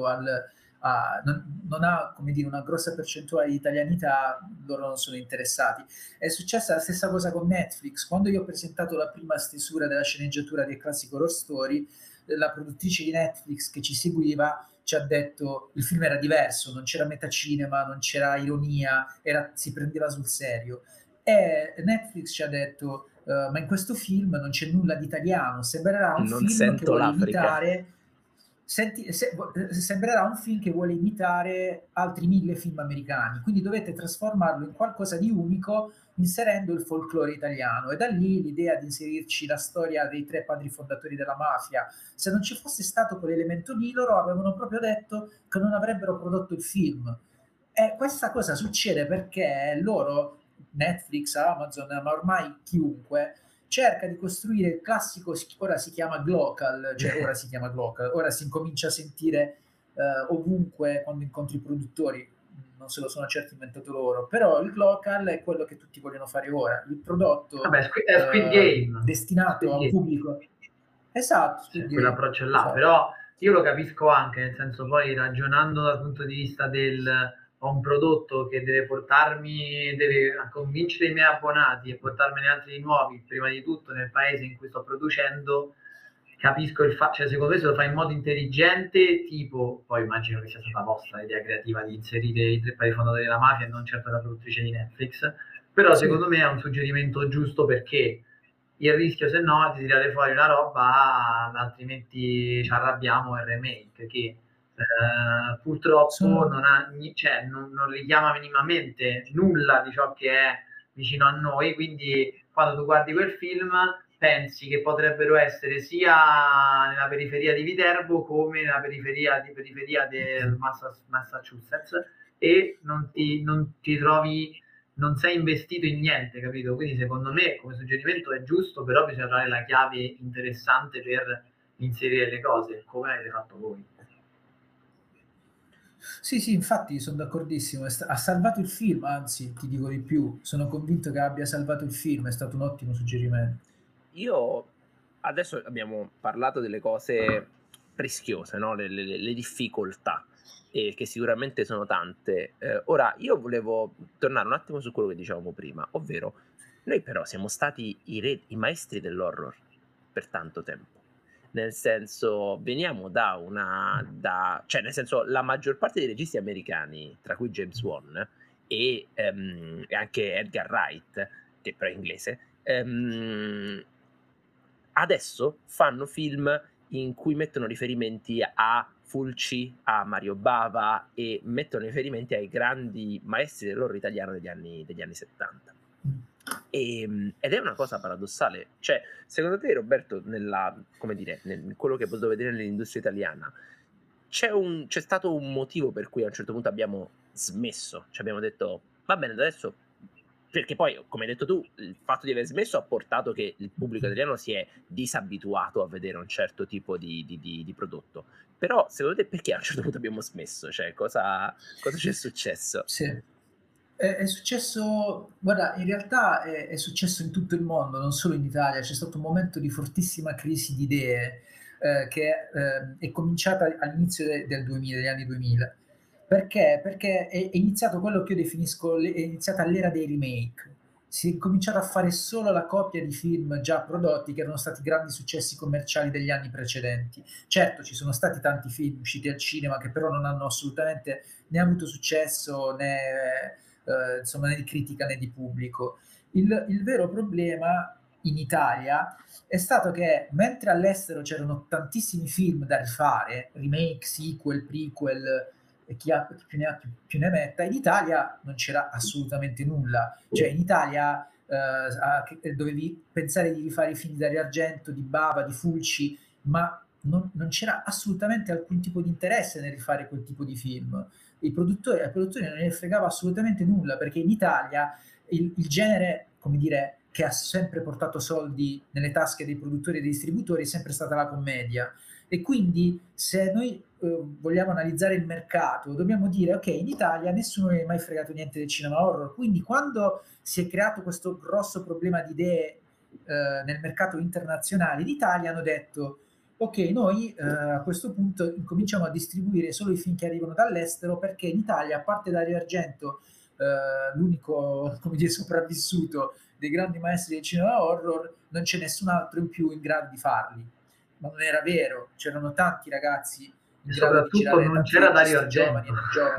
non ha, come dire, una grossa percentuale di italianità, loro non sono interessati. È successa la stessa cosa con Netflix. Quando io ho presentato la prima stesura della sceneggiatura del classico Horror Story, la produttrice di Netflix che ci seguiva ci ha detto il film era diverso, non c'era metacinema, non c'era ironia, si prendeva sul serio. E Netflix ci ha detto ma in questo film non c'è nulla di italiano, sembrerà un film che vuole imitare sembrerà un film che vuole imitare altri 1000 film americani, quindi dovete trasformarlo in qualcosa di unico inserendo il folklore italiano. E da lì l'idea di inserirci la storia dei 3 padri fondatori della mafia. Se non ci fosse stato quell'elemento lì, loro avevano proprio detto che non avrebbero prodotto il film. E questa cosa succede perché loro, Netflix, Amazon, ma ormai chiunque, cerca di costruire il classico, ora si chiama glocal, ora si incomincia a sentire ovunque quando incontri i produttori, non se lo sono certo inventato loro, però il glocal è quello che tutti vogliono fare ora, il prodotto è Squid Game, destinato a un pubblico. Esatto, quell'approccio là, esatto. Però io lo capisco anche, nel senso, poi ragionando dal punto di vista ho un prodotto che deve convincere i miei abbonati e portarmene altri nuovi, prima di tutto nel paese in cui sto producendo, capisco cioè secondo me se lo fai in modo intelligente, tipo, poi immagino che sia stata vostra l'idea creativa di inserire i 3 padri fondatori della mafia e non certo la produttrice di Netflix, però sì, secondo me è un suggerimento giusto, perché il rischio se no è di tirare fuori una roba, altrimenti ci arrabbiamo al remake che purtroppo non richiama minimamente nulla di ciò che è vicino a noi, quindi quando tu guardi quel film pensi che potrebbero essere sia nella periferia di Viterbo come nella periferia del Massachusetts, e non ti trovi, non sei investito in niente, capito? Quindi secondo me come suggerimento è giusto, però bisogna trovare la chiave interessante per inserire le cose, come avete fatto voi. Sì, infatti sono d'accordissimo, ha salvato il film, anzi ti dico di più, sono convinto che abbia salvato il film, è stato un ottimo suggerimento. Io adesso abbiamo parlato delle cose rischiose, no? le difficoltà, che sicuramente sono tante. Ora io volevo tornare un attimo su quello che dicevamo prima, ovvero noi però siamo stati i maestri dell'horror per tanto tempo. Nel senso, veniamo cioè nel senso, la maggior parte dei registi americani, tra cui James Wan e anche Edgar Wright, che però è inglese, adesso fanno film in cui mettono riferimenti a Fulci, a Mario Bava, e mettono riferimenti ai grandi maestri dell'horror italiano degli anni 70. Ed è una cosa paradossale, cioè secondo te, Roberto, nel quello che ho potuto vedere nell'industria italiana, c'è stato un motivo per cui a un certo punto abbiamo smesso, cioè abbiamo detto va bene adesso, perché poi, come hai detto tu, il fatto di aver smesso ha portato che il pubblico italiano si è disabituato a vedere un certo tipo di prodotto. Però, secondo te, perché a un certo punto abbiamo smesso? Cioè, cosa ci è successo? Sì. È successo, guarda, in realtà è successo in tutto il mondo, non solo in Italia. C'è stato un momento di fortissima crisi di idee che è cominciata all'inizio del 2000, degli anni 2000. Perché? Perché è iniziato quello che io definisco, è iniziata l'era dei remake. Si è cominciato a fare solo la copia di film già prodotti che erano stati grandi successi commerciali degli anni precedenti. Certo, ci sono stati tanti film usciti al cinema che però non hanno assolutamente né avuto successo né, insomma, né di critica né di pubblico. Il vero problema in Italia è stato che mentre all'estero c'erano tantissimi film da rifare, remake, sequel, prequel, e chi più ne ha più ne metta, in Italia non c'era assolutamente nulla. Cioè in Italia dovevi pensare di rifare i film di Dario Argento, di Bava, di Fulci, ma non c'era assolutamente alcun tipo di interesse nel rifare quel tipo di film. Ai produttori non ne fregava assolutamente nulla, perché in Italia il genere, come dire, che ha sempre portato soldi nelle tasche dei produttori e dei distributori è sempre stata la commedia. E quindi se noi vogliamo analizzare il mercato, dobbiamo dire ok, in Italia nessuno ne ha mai fregato niente del cinema horror, quindi quando si è creato questo grosso problema di idee nel mercato internazionale, in Italia hanno detto ok, noi a questo punto incominciamo a distribuire solo i film che arrivano dall'estero, perché in Italia, a parte Dario Argento, l'unico, come dire, sopravvissuto dei grandi maestri del cinema horror, non c'è nessun altro in più in grado di farli. Ma non era vero, c'erano tanti ragazzi in grado di girare, non c'era Dario Argento.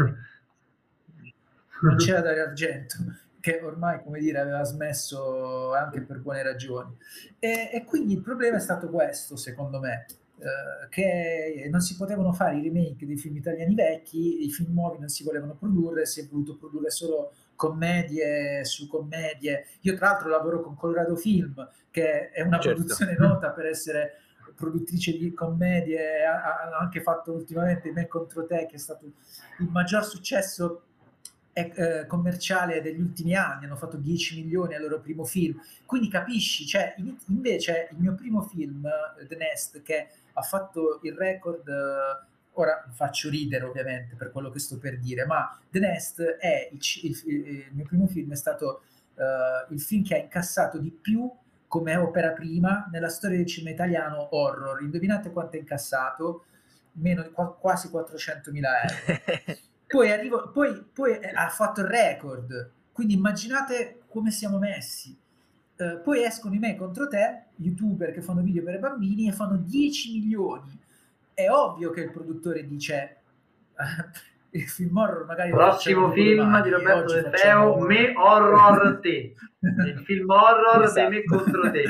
Non c'era Dario Argento, che ormai, come dire, aveva smesso anche per buone ragioni. E quindi il problema è stato questo, secondo me, che non si potevano fare i remake dei film italiani vecchi, i film nuovi non si volevano produrre, si è voluto produrre solo commedie su commedie. Io tra l'altro lavoro con Colorado Film, che è una produzione nota per essere produttrice di commedie, ha anche fatto ultimamente Me contro te, che è stato il maggior successo commerciale degli ultimi anni, hanno fatto 10 milioni al loro primo film, quindi capisci, cioè, invece il mio primo film, The Nest, che ha fatto il record, ora faccio ridere ovviamente per quello che sto per dire, ma The Nest è il mio primo film, è stato il film che ha incassato di più come opera prima nella storia del cinema italiano horror. Indovinate quanto ha incassato? Quasi 400.000 euro. Poi ha fatto il record, quindi immaginate come siamo messi. Poi escono i Me contro te, youtuber che fanno video per i bambini, e fanno 10 milioni. È ovvio che il produttore dice il film horror magari prossimo film domani, di Roberto De Feo, Me Horror Te, il film horror esatto. Di Me contro te.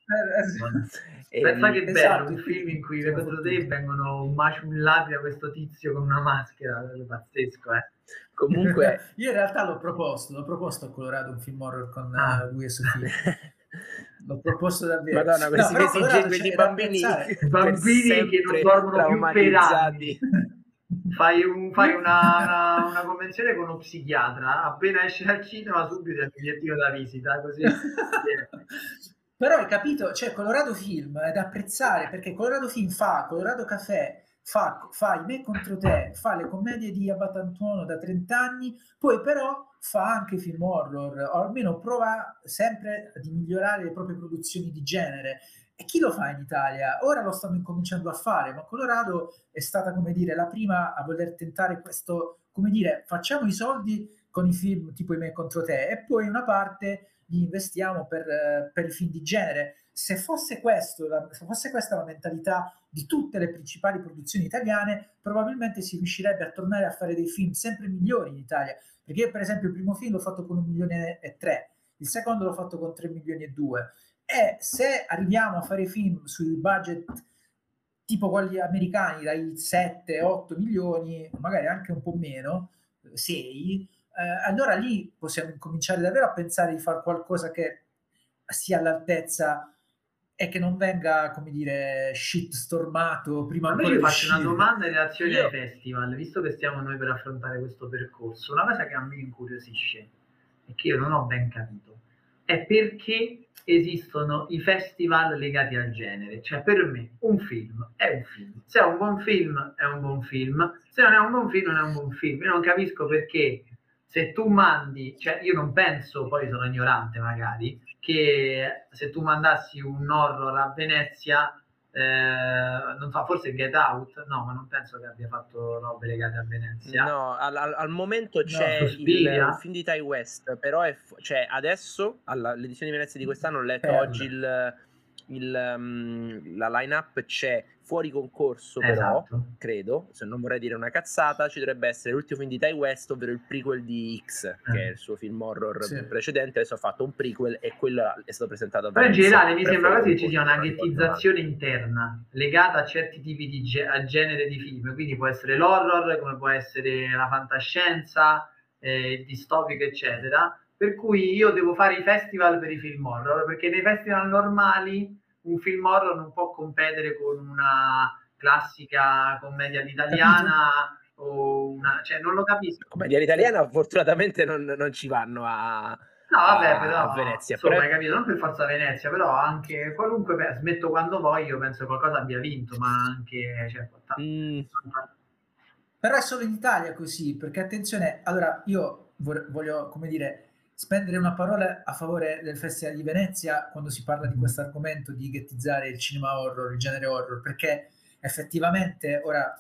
Pensa che bello, un film in cui Me contro te vengono maciullati da questo tizio con una maschera, è pazzesco, Comunque io in realtà l'ho proposto a Colorado un film horror con lui e Sofia. L'ho proposto davvero. Madonna, questi questi bambini che non dormono più per anni. Fai una convenzione con uno psichiatra, appena esce dal cinema subito è il bigliettino da visita, così. Però hai capito, cioè Colorado Film è da apprezzare, perché Colorado Film Colorado Café fa i Me contro te, fa le commedie di Abbatantuono da 30 anni, poi però fa anche film horror, o almeno prova sempre di migliorare le proprie produzioni di genere. E chi lo fa in Italia? Ora lo stanno incominciando a fare, ma Colorado è stata, come dire, la prima a voler tentare questo, come dire, facciamo i soldi con i film tipo i Me contro te e poi una parte li investiamo per i film di genere. Se fosse questa la mentalità di tutte le principali produzioni italiane, probabilmente si riuscirebbe a tornare a fare dei film sempre migliori in Italia. Perché io, per esempio, il primo film l'ho fatto con 1,3 milioni, il secondo l'ho fatto con 3,2 milioni. E se arriviamo a fare film sui budget tipo quelli americani dai 7-8 milioni, magari anche un po' meno, 6, allora lì possiamo cominciare davvero a pensare di fare qualcosa che sia all'altezza e che non venga, come dire, shitstormato prima ancora di faccio una domanda in relazione ai festival, visto che stiamo noi per affrontare questo percorso. Una cosa che a me incuriosisce e che io non ho ben capito è perché esistono i festival legati al genere. Cioè, per me un film è un film, se è un buon film è un buon film, se non è un buon film non è un buon film. Io non capisco perché se tu mandi, cioè io non penso, poi sono ignorante magari, che se tu mandassi un horror a Venezia, non so, forse Get Out, no, ma non penso che abbia fatto robe legate a Venezia. No, al momento c'è il film di Ty West, però cioè adesso all'edizione di Venezia di quest'anno ho letto oggi la line-up, c'è fuori concorso, però credo, se non vorrei dire una cazzata, ci dovrebbe essere l'ultimo film di Ty West, ovvero il prequel di X, che è il suo film horror precedente. Adesso ha fatto un prequel e quello è stato presentato a Venezia. Però in generale mi sembra quasi che ci sia una ghettizzazione interna legata a certi tipi di genere di film, quindi può essere l'horror, come può essere la fantascienza, il distopico, eccetera. Per cui io devo fare i festival per i film horror, perché nei festival normali un film horror non può competere con una classica commedia all'italiana o una... cioè non lo capisco. Commedia all'italiana fortunatamente non ci vanno a... No, vabbè, però a Venezia. Insomma, hai capito, non per forza Venezia, però anche qualunque smetto quando voglio, penso qualcosa abbia vinto, ma anche... Cioè, Però è solo in Italia così, perché attenzione, allora io voglio, come dire, spendere una parola a favore del Festival di Venezia quando si parla di questo argomento di ghettizzare il cinema horror, il genere horror, perché effettivamente ora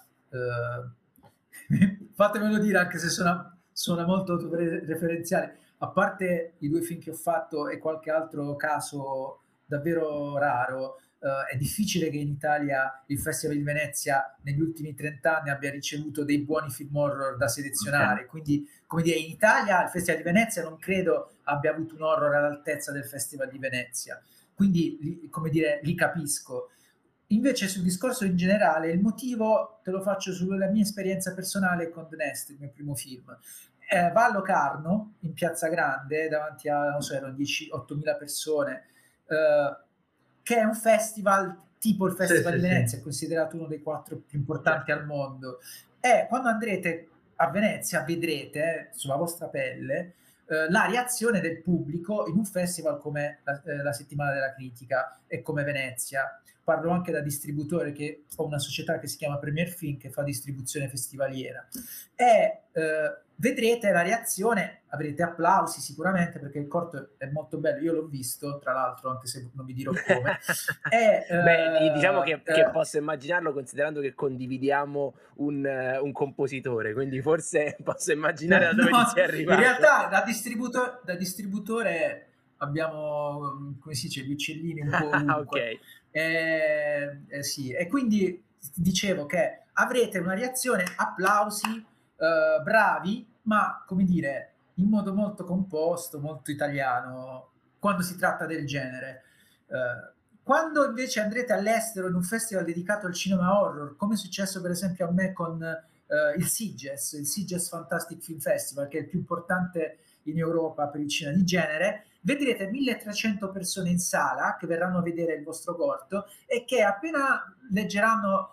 fatemelo dire, anche se suona molto autoreferenziale, a parte i 2 film che ho fatto e qualche altro caso davvero raro, è difficile che in Italia il Festival di Venezia negli ultimi 30 anni abbia ricevuto dei buoni film horror da selezionare, quindi come dire, in Italia il Festival di Venezia non credo abbia avuto un horror all'altezza del Festival di Venezia, quindi come dire, li capisco. Invece sul discorso in generale, il motivo te lo faccio sulla mia esperienza personale con The Nest, il mio primo film. Va a Locarno, in Piazza Grande, davanti a, non so, erano 8.000 persone, che è un festival tipo il Festival di Venezia, è considerato uno dei 4 più importanti al mondo. E quando andrete a Venezia vedrete sulla vostra pelle la reazione del pubblico in un festival come la Settimana della Critica e come Venezia. Parlo anche da distributore, che ho una società che si chiama Premier Film che fa distribuzione festivaliera, e vedrete la reazione, avrete applausi sicuramente perché il corto è molto bello, io l'ho visto tra l'altro, anche se non vi dirò come. Beh, diciamo che posso immaginarlo, considerando che condividiamo un compositore, quindi forse posso immaginare da dove si è arrivato. In realtà da distributore abbiamo, come si dice, gli uccellini un po' ovunque. Ok. Sì, e quindi dicevo che avrete una reazione, applausi, bravi, ma come dire, in modo molto composto, molto italiano, quando si tratta del genere. Quando invece andrete all'estero in un festival dedicato al cinema horror, come è successo per esempio a me con il SIGES Fantastic Film Festival, che è il più importante in Europa per il cinema di genere, vedrete 1.300 persone in sala che verranno a vedere il vostro corto e che appena leggeranno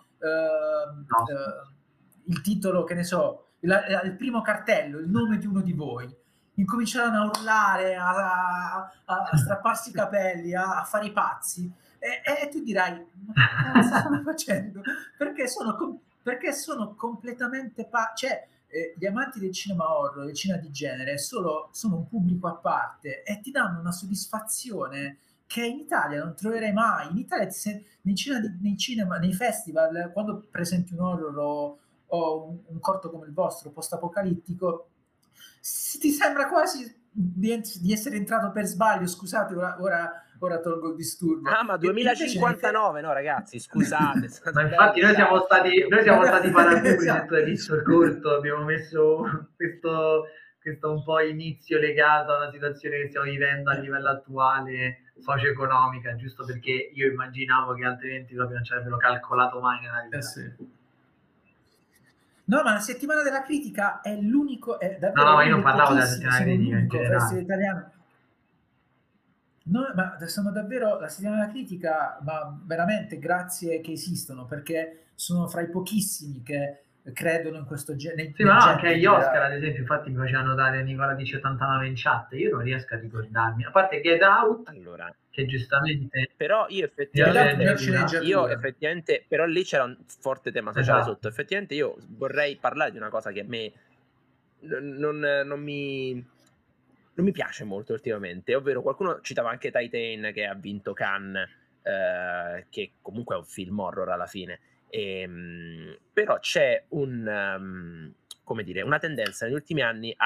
il titolo, che ne so, il primo cartello, il nome di uno di voi, incominceranno a urlare, a strapparsi i capelli, a fare i pazzi, e tu dirai: ma cosa stanno facendo? Perché sono completamente cioè gli amanti del cinema horror, del cinema di genere, sono un pubblico a parte e ti danno una soddisfazione che in Italia non troverai mai. In Italia nei festival, quando presenti un horror o un corto come il vostro, post-apocalittico, ti sembra quasi di essere entrato per sbaglio. Scusate, ora tolgo il disturbo. Ma 2059, no ragazzi, scusate. Ma infatti noi siamo stati parabuli. Se tu hai visto il corto, abbiamo messo questo un po' inizio legato alla situazione che stiamo vivendo a livello attuale socio-economica, giusto perché io immaginavo che altrimenti proprio non ci avrebbero calcolato mai nella vita. Sì. No, ma la settimana della critica è l'unico, è davvero no, io non parlavo della settimana della critica in generale. Festival italiano. No, ma sono davvero la settimana della critica, ma veramente grazie che esistono, perché sono fra i pochissimi che credono in questo genere. Sì, ma no, anche gli Oscar, ad esempio, infatti mi faceva notare Nicola dice 89 in chat, io non riesco a ricordarmi, a parte Get Out, allora, che giustamente... Però io effettivamente, però lì c'era un forte tema sociale sotto, effettivamente io vorrei parlare di una cosa che a me non mi piace molto ultimamente, ovvero qualcuno citava anche Titane che ha vinto Cannes, che comunque è un film horror alla fine. Però c'è come dire, una tendenza negli ultimi anni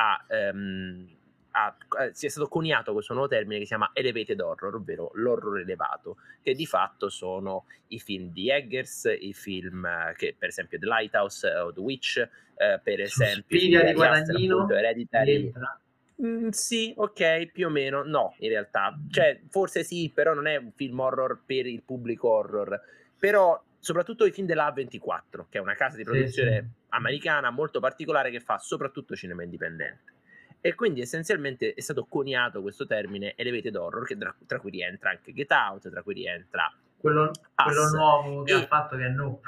si è stato coniato questo nuovo termine che si chiama elevated horror, ovvero l'horror elevato, che di fatto sono i film di Eggers, i film che per esempio The Lighthouse o The Witch, per esempio Spiglia di Guadagnino, Hereditary. Sì, ok, più o meno. No, in realtà, cioè forse sì, però non è un film horror per il pubblico horror. Però soprattutto i film della A24, che è una casa di produzione americana molto particolare che fa soprattutto cinema indipendente. E quindi essenzialmente è stato coniato questo termine elevated horror, che tra cui rientra anche Get Out, tra cui rientra quello nuovo che ha fatto, che è Nope.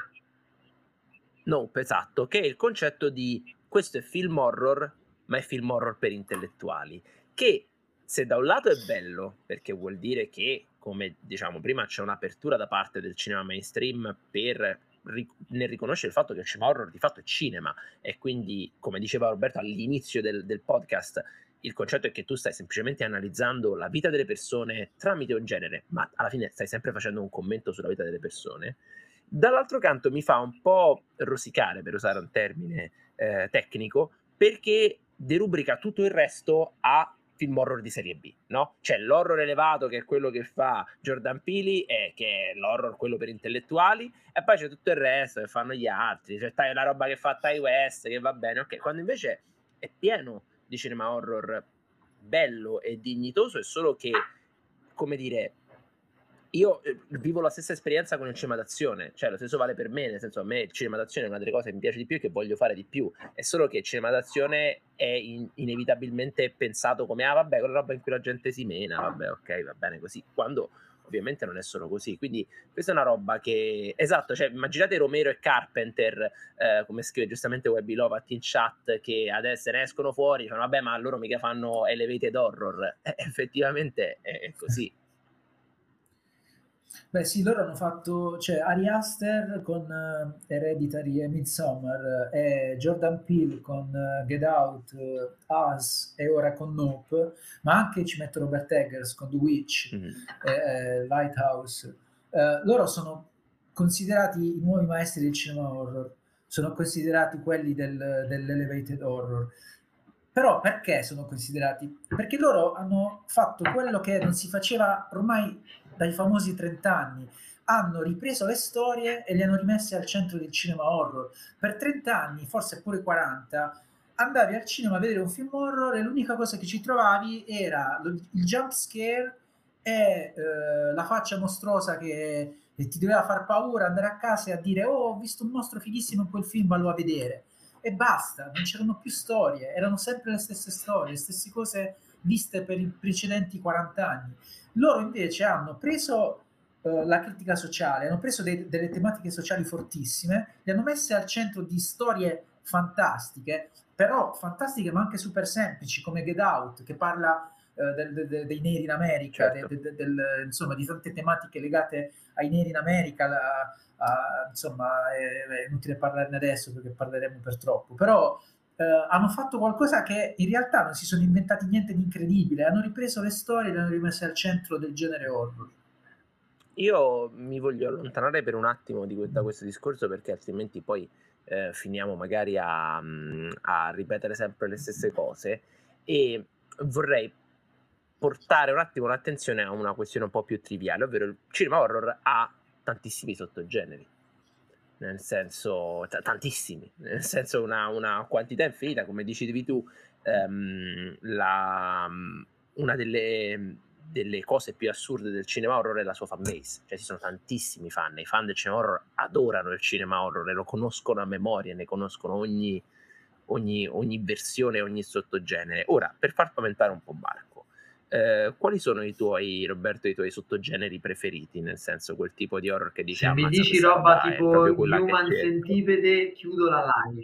Nope, esatto, che è il concetto di questo è film horror, ma è film horror per intellettuali, che se da un lato è bello, perché vuol dire che, come diciamo prima, c'è un'apertura da parte del cinema mainstream nel riconoscere il fatto che il cinema horror di fatto è cinema, e quindi, come diceva Roberto all'inizio del podcast, il concetto è che tu stai semplicemente analizzando la vita delle persone tramite un genere, ma alla fine stai sempre facendo un commento sulla vita delle persone. Dall'altro canto mi fa un po' rosicare, per usare un termine tecnico, perché derubrica tutto il resto a film horror di serie B, no? C'è l'horror elevato, che è quello che fa Jordan Peele, che è l'horror quello per intellettuali, e poi c'è tutto il resto che fanno gli altri, c'è la roba che fa Ty West, che va bene, ok, quando invece è pieno di cinema horror bello e dignitoso, è solo che, come dire, io vivo la stessa esperienza con il cinema d'azione, cioè lo stesso vale per me, nel senso, a me il cinema d'azione è una delle cose che mi piace di più e che voglio fare di più, è solo che il cinema d'azione è inevitabilmente pensato come vabbè, quella roba in cui la gente si mena, vabbè, ok, va bene così, quando ovviamente non è solo così, quindi questa è una roba che, esatto, cioè immaginate Romero e Carpenter, come scrive giustamente Webby Lovat in chat, che adesso se ne escono fuori, dicono vabbè, ma loro mica fanno elevated horror, effettivamente è così. Beh sì, loro hanno fatto, cioè Ari Aster con Hereditary e Midsommar, e Jordan Peele con Get Out, Us e ora con Nope, ma anche ci metto Robert Eggers con The Witch, Lighthouse. Loro sono considerati i nuovi maestri del cinema horror, sono considerati quelli dell'elevated horror. Però perché sono considerati? Perché loro hanno fatto quello che non si faceva ormai dai famosi 30 anni. Hanno ripreso le storie e le hanno rimesse al centro del cinema horror. Per 30 anni, forse pure 40, andavi al cinema a vedere un film horror e l'unica cosa che ci trovavi era il jump scare e la faccia mostruosa che ti doveva far paura, andare a casa e a dire oh, ho visto un mostro fighissimo in quel film, vallo a vedere. E basta, non c'erano più storie, erano sempre le stesse storie, le stesse cose viste per i precedenti 40 anni. Loro invece hanno preso la critica sociale, hanno preso delle tematiche sociali fortissime, le hanno messe al centro di storie fantastiche, però fantastiche ma anche super semplici, come Get Out, che parla dei neri in America, certo. Insomma, di tante tematiche legate ai neri in America, insomma, è inutile parlarne adesso perché parleremo per troppo, però hanno fatto qualcosa che in realtà non si sono inventati niente di incredibile, hanno ripreso le storie e le hanno rimesse al centro del genere horror. Io mi voglio allontanare per un attimo da questo discorso, perché altrimenti poi finiamo magari a ripetere sempre le stesse cose, e vorrei portare un attimo l'attenzione a una questione un po' più triviale, ovvero il cinema horror ha tantissimi sottogeneri, nel senso tantissimi, nel senso una quantità infinita, come dicevi tu. una delle cose più assurde del cinema horror è la sua fanbase, cioè ci sono tantissimi fan, i fan del cinema horror adorano il cinema horror e lo conoscono a memoria, ne conoscono ogni versione, ogni sottogenere. Ora, per far spaventare un po' Marco, quali sono Roberto, i tuoi sottogeneri preferiti, nel senso quel tipo di horror che dici, se mi dici roba tipo Human Centipede, chiudo la live.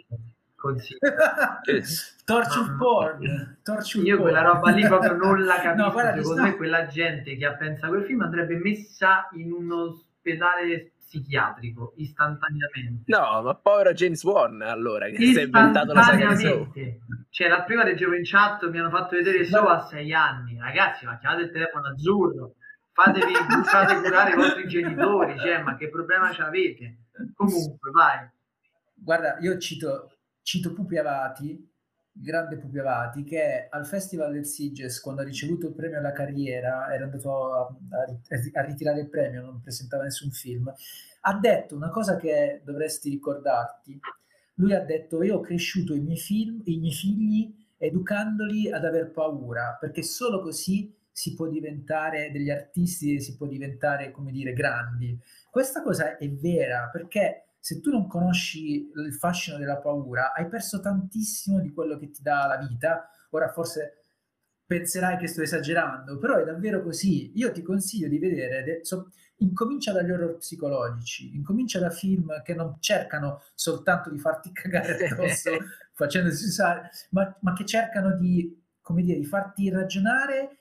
Torture porn. Io quella roba lì proprio non la capisco. No, guarda, secondo me quella gente che pensa a quel film andrebbe messa in un ospedale psichiatrico istantaneamente. No, ma povero James Wan, allora, che si è inventato la saga di Saw. Cioè, la prima leggevo in chat, mi hanno fatto vedere Saw a 6 anni. Ragazzi, ma chiamate il telefono azzurro, fate curare i vostri genitori, cioè, ma che problema c'avete? Comunque, vai. Guarda, io cito Pupi Avati, grande Pupi Avati, che al Festival del Sitges, quando ha ricevuto il premio alla carriera, era andato a ritirare il premio, non presentava nessun film, ha detto una cosa che dovresti ricordarti. Lui ha detto: io ho cresciuto i miei figli educandoli ad aver paura, perché solo così si può diventare degli artisti e si può diventare, come dire, grandi. Questa cosa è vera, perché se tu non conosci il fascino della paura, hai perso tantissimo di quello che ti dà la vita. Ora forse penserai che sto esagerando, però è davvero così. Io ti consiglio di vedere, incomincia dagli horror psicologici, incomincia da film che non cercano soltanto di farti cagare addosso facendosi usare, ma che cercano di, come dire, di farti ragionare,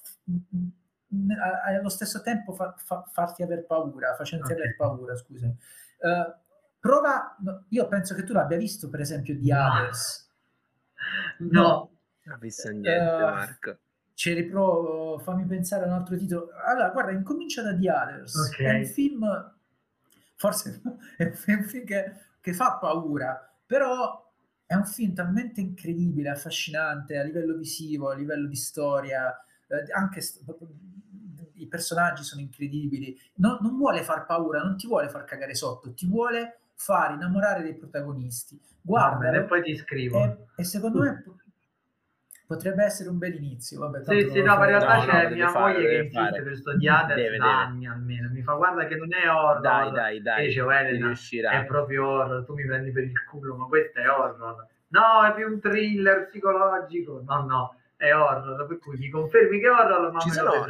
allo stesso tempo farti aver paura, facendoti aver paura, scusami. Prova, io penso che tu l'abbia visto, per esempio, The Others. No. Non ho visto niente, Marco. Ci riprovo, fammi pensare a un altro titolo. Allora, guarda, incomincia da The Others. Okay. È un film, forse è un film che fa paura, però è un film talmente incredibile, affascinante a livello visivo, a livello di storia, anche i personaggi sono incredibili. Non vuole far paura, non ti vuole far cagare sotto, ti vuole far innamorare dei protagonisti. Guarda, e poi ti scrivo. E secondo me potrebbe essere un bel inizio. Vabbè, sì, no, ma in realtà c'è mia moglie che insiste per sto The Others da anni almeno. Mi fa: guarda che non è horror. Dai. E dicevo: Elena, è proprio horror, tu mi prendi per il culo, ma questo è horror. No, è più un thriller psicologico. No, è horror. Per cui mi confermi che è horror, ma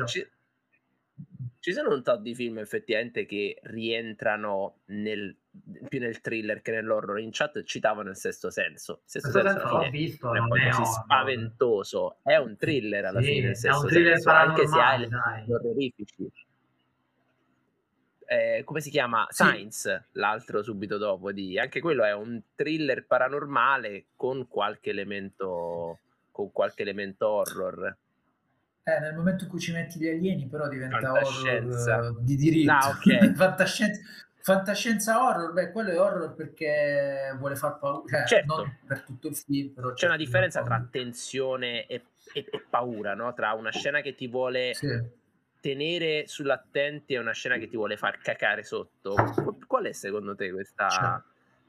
ci sono un tot di film effettivamente che rientrano più nel thriller che nell'horror. In chat citavano Il Sesto Senso. Sesto Senso alla fine l'ho visto, non è così spaventoso, è un thriller alla fine. È un thriller paranormale, anche se ha elementi orrorifici. Come si chiama? Sì. Science, l'altro subito dopo anche quello è un thriller paranormale con qualche elemento horror. Nel momento in cui ci metti gli alieni, però diventa horror di diritto. Okay. Fantascienza horror, beh, quello è horror perché vuole far paura, certo. Non per tutto il film, però c'è una differenza tra tensione e paura, no? Tra una scena che ti vuole tenere sull'attenti e una scena che ti vuole far cacare sotto. Qual è secondo te questa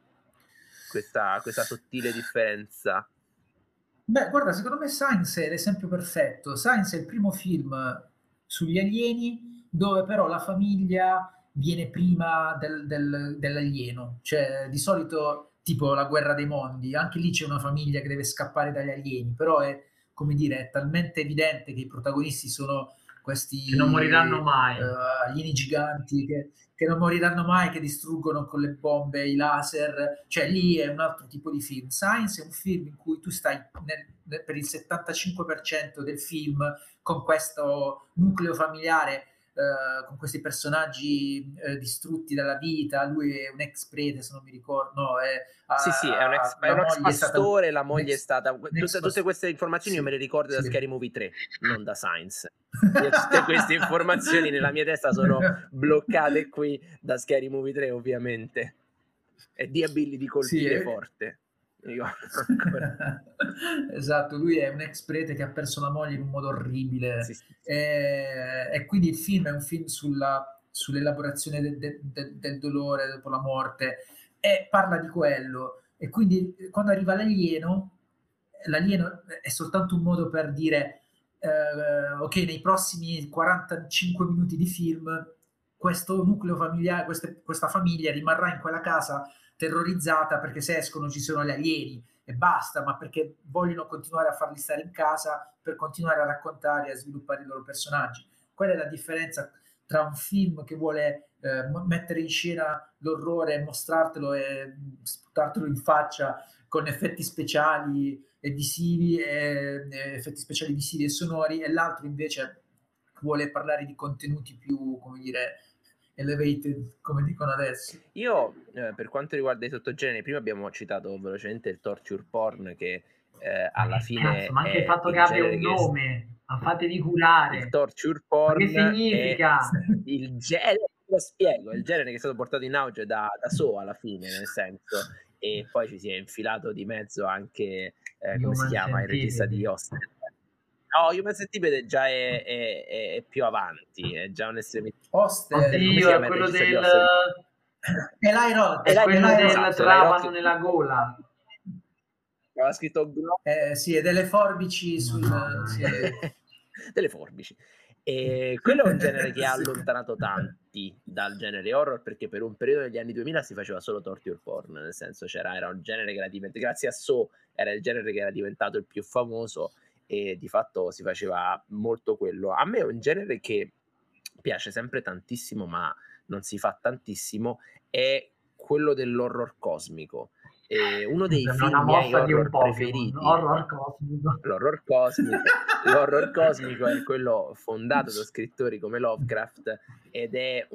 sottile differenza? Beh, guarda, secondo me Science è l'esempio perfetto. Science è il primo film sugli alieni dove però la famiglia viene prima dell'alieno. Cioè, di solito, tipo La Guerra dei Mondi, anche lì c'è una famiglia che deve scappare dagli alieni, però è, come dire, è talmente evidente che i protagonisti sono questi che non moriranno mai, alieni giganti che non moriranno mai, che distruggono con le bombe i laser. Cioè lì è un altro tipo di film. Science è un film in cui tu stai per il 75% del film con questo nucleo familiare, con questi personaggi distrutti dalla vita. Lui è un ex prete, se non mi ricordo, sì, è un ex pastore, la moglie è stata tutte queste informazioni io me le ricordo da Scary Movie 3, non da Science. Tutte queste informazioni nella mia testa sono bloccate qui da Scary Movie 3, ovviamente. È di ability di colpire forte. Esatto, lui è un ex prete che ha perso la moglie in un modo orribile. Sì. E quindi il film è un film sull'elaborazione del dolore dopo la morte, e parla di quello. E quindi quando arriva l'alieno l'alieno è soltanto un modo per dire ok, nei prossimi 45 minuti di film questo nucleo familiare, questa famiglia rimarrà in quella casa terrorizzata perché se escono ci sono gli alieni e basta, ma perché vogliono continuare a farli stare in casa per continuare a raccontare e a sviluppare i loro personaggi. Qual è la differenza tra un film che vuole mettere in scena l'orrore e mostrartelo e sputartelo in faccia con effetti speciali e visivi effetti speciali visivi e sonori, e l'altro invece vuole parlare di contenuti più, come dire, elevated, come dicono adesso. Io per quanto riguarda i sottogeneri, prima abbiamo citato velocemente il torture porn, che alla fine cazzo, ma anche il fatto che abbia un nome, ma fatevi curare. Il torture porn che significa? Il genere, lo spiego, il genere che è stato portato in auge da Saw alla fine, nel senso, e poi ci si è infilato di mezzo anche come si chiama, il regista di Hostel. No, Human Centipede già è più avanti, è già un estremità. Hostel, è quello del Eli Roth, è quello del trapano nella gola. Aveva scritto sì, è delle forbici delle forbici. E quello è un genere che ha allontanato tanti dal genere horror, perché per un periodo negli anni 2000 si faceva solo torture porn, nel senso era un genere che era diventato, grazie a Saw, era il genere che era diventato il più famoso, e di fatto si faceva molto quello. A me è un genere che piace sempre tantissimo, ma non si fa tantissimo, è quello dell'horror cosmico. Uno dei film miei horror preferiti, l'horror cosmico. L'horror cosmico è quello fondato da scrittori come Lovecraft, ed è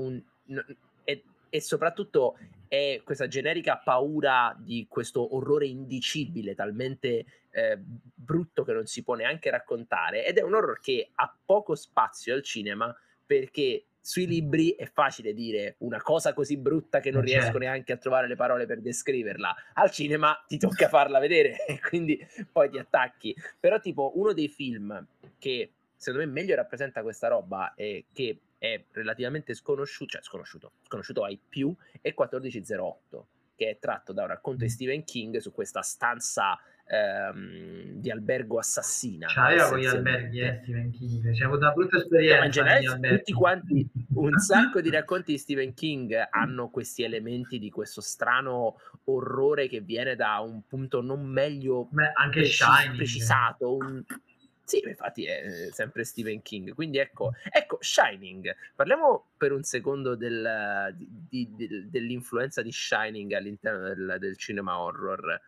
e soprattutto è questa generica paura di questo orrore indicibile, talmente brutto che non si può neanche raccontare, ed è un horror che ha poco spazio al cinema, perché sui libri è facile dire una cosa così brutta che non riesco neanche a trovare le parole per descriverla. Al cinema ti tocca farla vedere e quindi poi ti attacchi. Però tipo uno dei film che secondo me meglio rappresenta questa roba e che è relativamente sconosciuto ai più, è 1408, che è tratto da un racconto di Stephen King su questa stanza di albergo assassina. C'aveva con gli alberghi Stephen King, c'è avuto una brutta esperienza. In generale, tutti quanti, un sacco di racconti di Stephen King hanno questi elementi di questo strano orrore che viene da un punto non meglio anche precisato. Sì, infatti è sempre Stephen King. Quindi ecco, Shining. Parliamo per un secondo dell'influenza di Shining all'interno del cinema horror.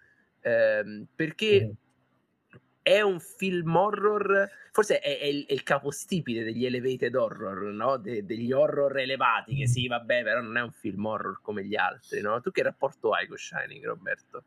Perché è un film horror, forse è il capostipite degli elevated horror, no? Degli horror elevati, che sì, vabbè, però non è un film horror come gli altri, no? Tu che rapporto hai con Shining, Roberto?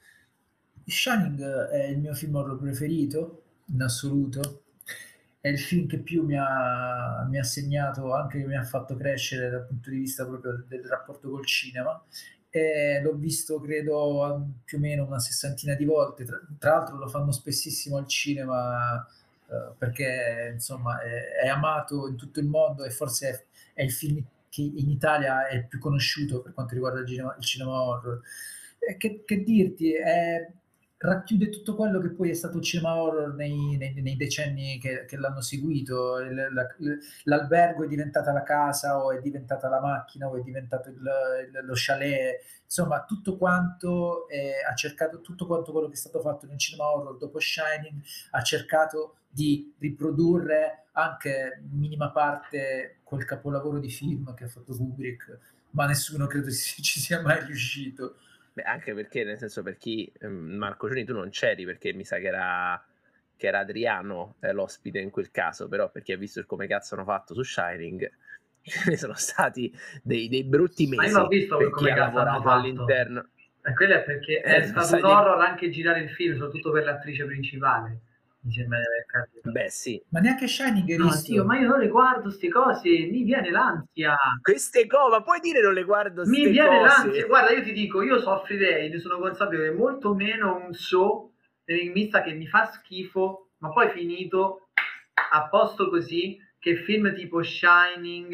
Shining è il mio film horror preferito, in assoluto. È il film che più mi ha segnato, anche che mi ha fatto crescere dal punto di vista proprio del rapporto col cinema. L'ho visto credo più o meno una sessantina di volte, tra l'altro lo fanno spessissimo al cinema, perché insomma è amato in tutto il mondo, e forse è il film che in Italia è più conosciuto per quanto riguarda il cinema horror. Che dirti, racchiude tutto quello che poi è stato il cinema horror nei decenni che l'hanno seguito. L'albergo è diventata la casa, o è diventata la macchina, o è diventato lo chalet, insomma tutto quanto ha cercato, tutto quanto quello che è stato fatto nel cinema horror dopo Shining ha cercato di riprodurre anche in minima parte quel capolavoro di film che ha fatto Kubrick, ma nessuno credo ci sia mai riuscito. Beh, anche perché, nel senso, per chi Marco Giuni, tu non c'eri, perché mi sa che era Adriano l'ospite in quel caso, però per chi ha visto il come cazzo hanno fatto su Shining, sono stati dei brutti mesi. Ma io l'ho visto per come chi ha lavorato all'interno. E quello è perché è stato un horror anche girare il film, soprattutto per l'attrice principale. Mi sembra di aver capito. Beh, sì. Ma neanche Shining è visto. Dio, ma io non le guardo queste cose, mi viene l'ansia. Queste cose, ma puoi dire non le guardo queste cose? Mi viene cose. l'ansia. Guarda, io ti dico, io soffrirei, ne sono consapevole, molto meno un show enigmista che mi fa schifo, ma poi finito a posto così, che film tipo Shining,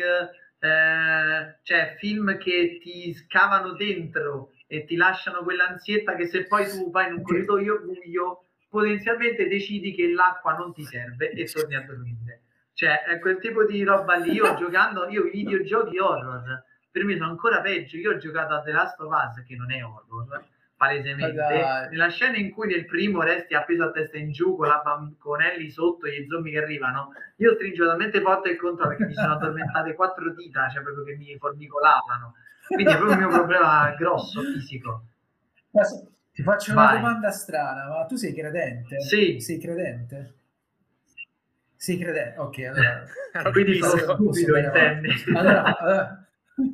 cioè film che ti scavano dentro e ti lasciano quell'ansietta che se poi tu vai in un corridoio buio potenzialmente decidi che l'acqua non ti serve e torni a dormire. Cioè, è quel tipo di roba lì. Io i videogiochi horror, per me sono ancora peggio. Io ho giocato a The Last of Us, che non è horror, palesemente. Nella scena in cui nel primo resti appeso a testa in giù con Ellie sotto e gli zombie che arrivano, io stringo talmente forte il controllo perché mi sono addormentate 4 dita, cioè proprio che mi formicolavano. Quindi è proprio il mio problema grosso, fisico. Ti faccio una domanda strana, ma tu sei credente? Sì. Sei credente? Sei credente? Ok, allora... Quindi sono stupido, intendi? Allora...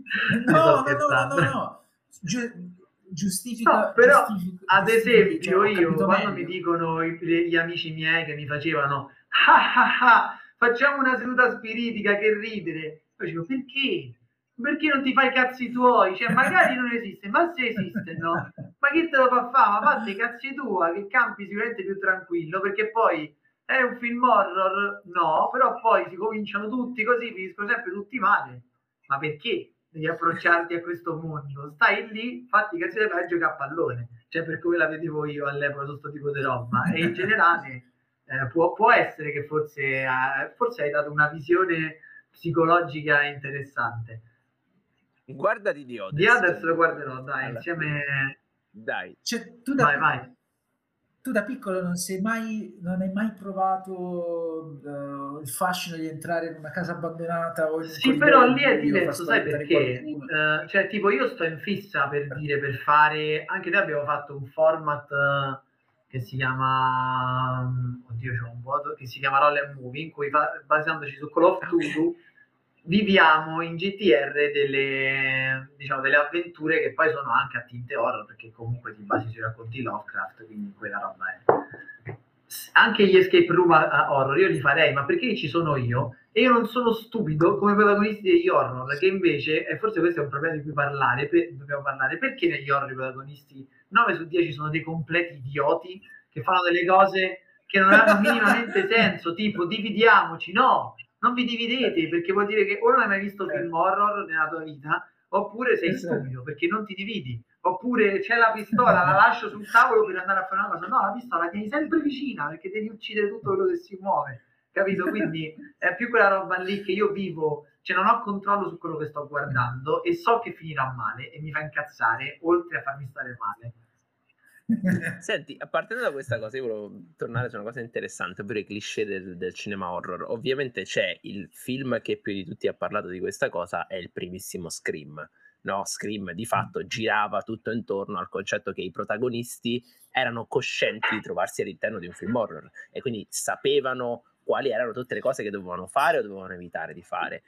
No. Giustifica... No, però, ad esempio, io quando mi dicono gli amici miei che mi facevano facciamo una seduta spiritica, che ridere, io dico, perché non ti fai i cazzi tuoi? Cioè, magari non esiste, ma se esiste, no? Ma chi te lo fa fare? Ma fatti i cazzi tua, che campi sicuramente più tranquillo, perché poi è un film horror, no, però poi si cominciano tutti così, finiscono sempre tutti male. Ma perché devi approcciarti a questo mondo? Stai lì, fatti i cazzi tuoi, vai a giocare a pallone. Cioè, per come la vedevo io all'epoca su questo tipo di roba. E in generale può essere che forse hai dato una visione psicologica interessante. Guardati The Others. The Others lo guarderò, dai, insieme... Dai. Cioè, vai. Tu da piccolo non hai mai provato il fascino di entrare in una casa abbandonata o in un Sì, però lì è diverso, sai perché? Cioè, tipo, io sto in fissa per fare... Anche noi abbiamo fatto un format che si chiama... Oddio, c'ho un vuoto, che si chiama Roll and Movie, in cui basandoci su Call of Cthulhu viviamo in GTR delle avventure che poi sono anche a tinte horror, perché comunque ti basi sui racconti Lovecraft, quindi quella roba è. Anche gli escape room horror io li farei, ma perché ci sono io e io non sono stupido come protagonisti degli horror, che invece, e forse questo è un problema di cui dobbiamo parlare, perché negli horror i protagonisti 9 su 10 sono dei completi idioti che fanno delle cose che non hanno minimamente senso, tipo dividiamoci, no! Non vi dividete, perché vuol dire che o non hai mai visto film horror nella tua vita, oppure sei stupido perché non ti dividi, oppure c'è la pistola, la lascio sul tavolo per andare a fare una cosa, no, la pistola la tieni sempre vicina perché devi uccidere tutto quello che si muove, capito? Quindi è più quella roba lì che io vivo, cioè non ho controllo su quello che sto guardando e so che finirà male e mi fa incazzare, oltre a farmi stare male. Senti, partendo da questa cosa, io volevo tornare su una cosa interessante, ovvero i cliché del cinema horror. Ovviamente c'è il film che più di tutti ha parlato di questa cosa, è il primissimo Scream. No, Scream di fatto girava tutto intorno al concetto che i protagonisti erano coscienti di trovarsi all'interno di un film horror e quindi sapevano quali erano tutte le cose che dovevano fare o dovevano evitare di fare.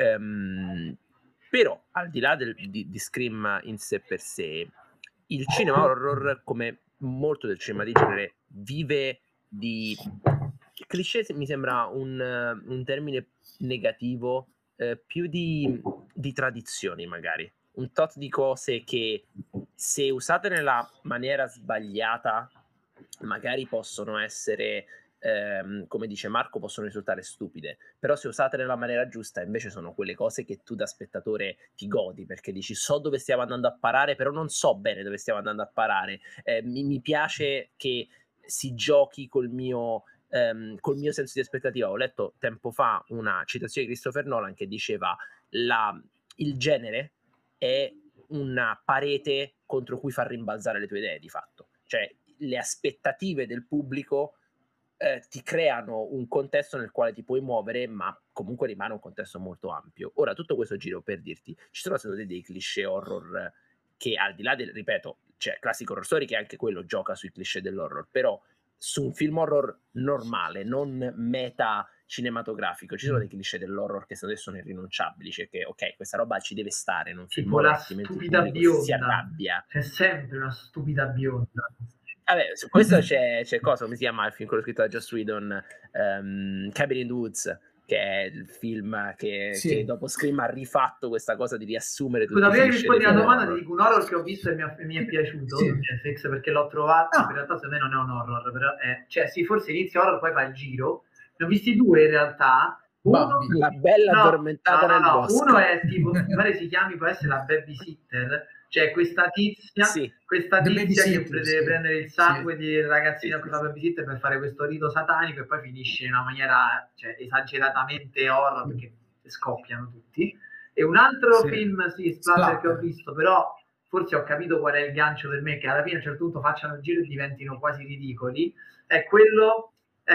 Però, al di là di Scream in sé per sé, il cinema horror, come molto del cinema di genere, vive di cliché. Mi sembra un termine negativo, più di tradizioni, magari un tot di cose che, se usate nella maniera sbagliata, magari possono essere, come dice Marco, possono risultare stupide, però se usate nella maniera giusta invece sono quelle cose che tu da spettatore ti godi, perché dici so dove stiamo andando a parare, però non so bene dove stiamo andando a parare, mi piace che si giochi col mio senso di aspettativa. Ho letto tempo fa una citazione di Christopher Nolan che diceva il genere è una parete contro cui far rimbalzare le tue idee, di fatto, cioè le aspettative del pubblico ti creano un contesto nel quale ti puoi muovere, ma comunque rimane un contesto molto ampio. Ora, tutto questo giro per dirti, ci sono stati dei cliché horror che, al di là del, ripeto, c'è Classic Horror Story che anche quello gioca sui cliché dell'horror, però su un film horror normale, non meta cinematografico, ci sono dei cliché dell'horror che secondo me sono irrinunciabili, cioè che ok, questa roba ci deve stare in un film tipo la stupida bionda, si arrabbia. C'è sempre una stupida bionda. Vabbè, su questo c'è cosa, come si chiama il film, quello scritto da Joss Whedon, Cabin in the Woods, che è il film che dopo Scream ha rifatto questa cosa di riassumere tutti i cliché. Scusa, prima rispondi alla domanda, ti dico un horror che ho visto e mi è piaciuto su Netflix, perché l'ho trovato, in realtà secondo me non è un horror, però cioè sì, forse inizia horror, poi fa il giro. Ne ho visti due in realtà. Uno, la bella addormentata nel bosco. Uno è tipo, mi pare si chiami, può essere La Babysitter, C'è questa tizia che deve prendere il sangue del ragazzino che fa babysitter per fare questo rito satanico e poi finisce in una maniera esageratamente horror perché scoppiano tutti. E un altro film, splatter che ho visto, però forse ho capito qual è il gancio per me, che alla fine a un certo punto facciano il giro e diventino quasi ridicoli, è quello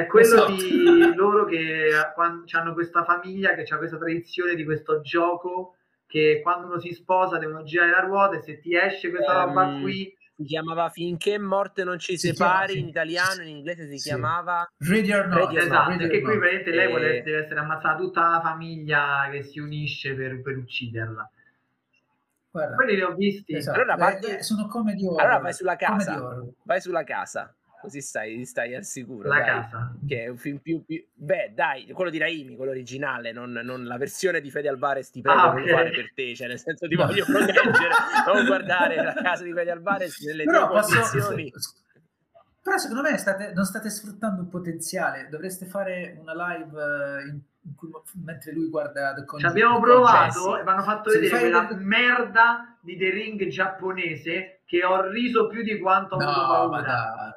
di loro che hanno questa famiglia che ha questa tradizione di questo gioco che quando uno si sposa devono girare la ruota e se ti esce questa roba qui si chiamava Finché morte non ci separi, in italiano, in inglese si chiamava Ready or Not. Esatto, e che qui praticamente lei deve essere ammazzata tutta la famiglia che si unisce per ucciderla. Guarda, quelli li ho visti. Esatto. Allora, sono comedy horror. Allora vai sulla casa, così stai al sicuro. La casa, che è un film più beh, dai, quello di Raimi, quello originale, non la versione di Fede Alvarez, ti prego, non lo fare per te, cioè nel senso ti voglio proteggere, non guardare la casa di Fede Alvarez nelle tue condizioni. Però secondo me non state sfruttando un potenziale, dovreste fare una live mentre lui guarda The Conjuring. Ci abbiamo provato e mi hanno fatto vedere quella merda di The Ring giapponese che ho riso più di quanto ho avuto paura.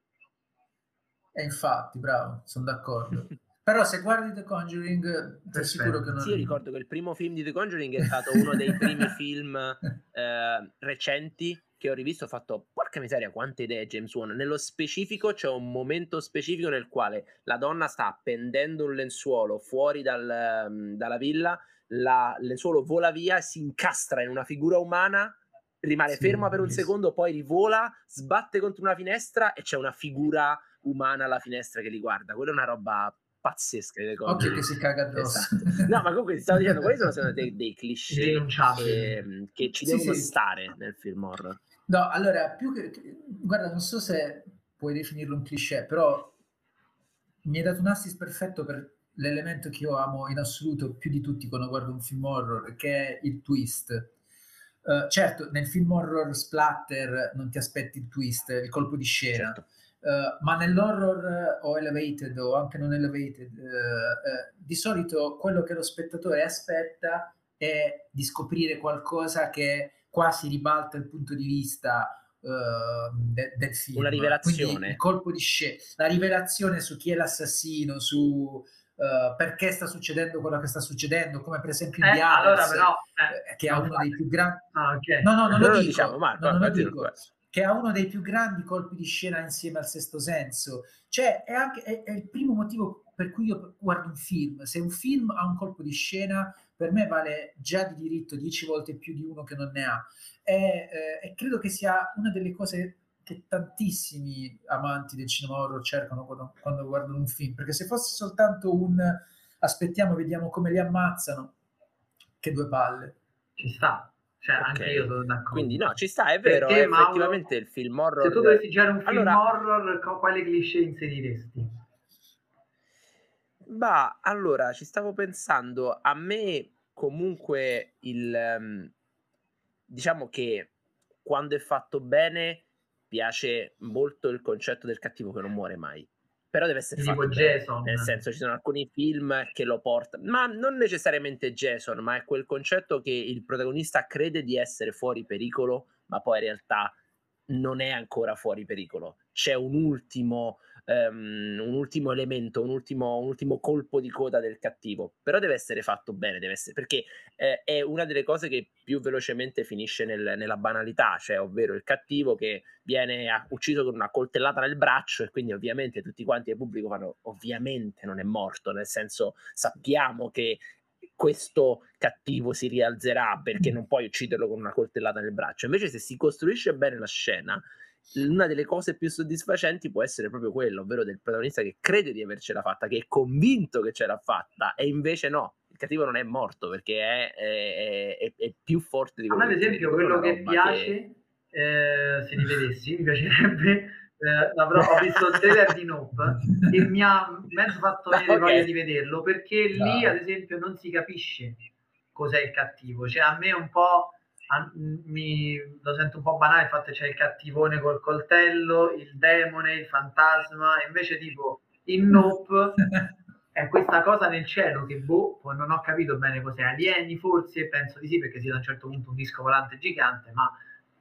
E infatti, bravo, sono d'accordo. Però se guardi The Conjuring, sei sicuro che non... Sì, io ricordo che il primo film di The Conjuring è stato uno dei primi film recenti che ho rivisto. Ho fatto, porca miseria, quante idee James Wan. Nello specifico c'è un momento specifico nel quale la donna sta appendendo un lenzuolo fuori dalla villa, il lenzuolo vola via e si incastra in una figura umana, rimane ferma per un secondo, poi rivola, sbatte contro una finestra e c'è una figura umana alla finestra che li guarda. Quella è una roba pazzesca. Occhio che si caga addosso. Esatto. No, ma comunque ti stavo dicendo, quali sono dei cliché che ci devono stare nel film horror? No, allora, più che guarda, non so se puoi definirlo un cliché, però mi hai dato un assist perfetto per l'elemento che io amo in assoluto più di tutti quando guardo un film horror, che è il twist. Certo, nel film horror splatter non ti aspetti il twist, il colpo di scena. Certo. Ma nell'horror o elevated o anche non elevated, di solito quello che lo spettatore aspetta è di scoprire qualcosa che quasi ribalta il punto di vista del film. Una rivelazione. Quindi il colpo di scena, la rivelazione su chi è l'assassino, su perché sta succedendo quello che sta succedendo, come per esempio in The Others, che ha uno dei più grandi... No, non lo dico, diciamo, Marco, non lo dico. Che ha uno dei più grandi colpi di scena insieme al Sesto Senso. Cioè, è il primo motivo per cui io guardo un film. Se un film ha un colpo di scena, per me vale già di diritto 10 volte più di uno che non ne ha. E credo che sia una delle cose che tantissimi amanti del cinema horror cercano quando guardano un film. Perché se fosse soltanto un aspettiamo, vediamo come li ammazzano, che due palle. Ci sta. Cioè, anche io sono d'accordo. Quindi no, ci sta, è vero, te, effettivamente il film horror... Se tu dovessi girare un film horror, quale cliché inseriresti? Bah, allora, ci stavo pensando, a me comunque diciamo che quando è fatto bene piace molto il concetto del cattivo che non muore mai. Però deve essere tipo fatto Jason. Nel senso, ci sono alcuni film che lo portano, ma non necessariamente Jason, ma è quel concetto che il protagonista crede di essere fuori pericolo, ma poi in realtà non è ancora fuori pericolo. C'è un ultimo elemento, un ultimo colpo di coda del cattivo, però deve essere fatto bene, perché è una delle cose che più velocemente finisce nella banalità, cioè ovvero il cattivo che viene ucciso con una coltellata nel braccio e quindi ovviamente tutti quanti al pubblico fanno ovviamente non è morto, nel senso sappiamo che questo cattivo si rialzerà perché non puoi ucciderlo con una coltellata nel braccio. Invece se si costruisce bene la scena, una delle cose più soddisfacenti può essere proprio quello, ovvero del protagonista che crede di avercela fatta, che è convinto che ce l'ha fatta e invece no, il cattivo non è morto perché è più forte di quello. A me ad esempio quello che piace se li vedessi mi piacerebbe ho visto il trailer di Nope e mi ha mezzo fatto venire voglia di vederlo, perché lì ad esempio non si capisce cos'è il cattivo, cioè a me un po' lo sento un po' banale il fatto che c'è il cattivone col coltello, il demone, il fantasma, e invece tipo in Nope è questa cosa nel cielo che non ho capito bene cos'è, alieni forse, penso di sì perché si da un certo punto un disco volante gigante, ma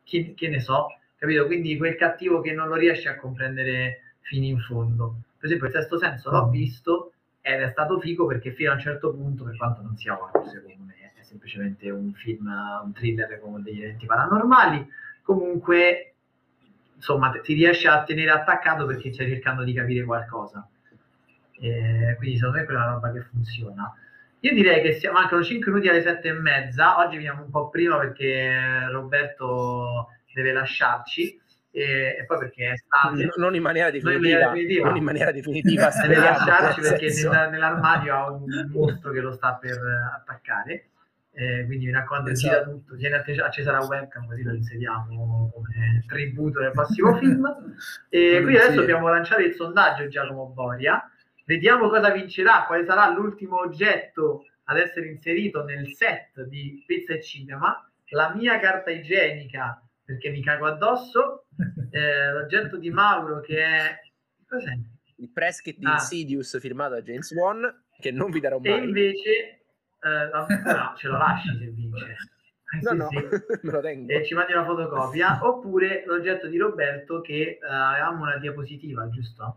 che ne so, capito? Quindi quel cattivo che non lo riesce a comprendere fino in fondo. Per esempio il Sesto Senso l'ho visto ed è stato figo perché fino a un certo punto, per quanto non sia horror secondo me, è semplicemente un film, un thriller con degli eventi paranormali, comunque insomma ti riesce a tenere attaccato perché stai cercando di capire qualcosa. Quindi secondo me quella è una roba che funziona. Io direi che mancano 5 minuti alle 7:30. Oggi veniamo un po' prima perché Roberto deve lasciarci e poi perché è stato non in maniera definitiva, non in maniera definitiva deve lasciarci perché nell'armadio ha un mostro che lo sta per attaccare, quindi mi raccomando, gira tutto, tieni accesa la webcam così lo inseriamo come tributo nel prossimo film. E quindi adesso dobbiamo lanciare il sondaggio, Giacomo Boria. Vediamo cosa vincerà, quale sarà l'ultimo oggetto ad essere inserito nel set di Pizza e Cinema. La mia carta igienica, perché mi cago addosso, l'oggetto di Mauro che è... Cos'è? Il press kit di Insidious firmato da James Wan, che non vi darò mai. E invece, no, ce lo lasci se vince. No, me lo tengo. E ci mandi una fotocopia. Oppure l'oggetto di Roberto che avevamo una diapositiva, giusto?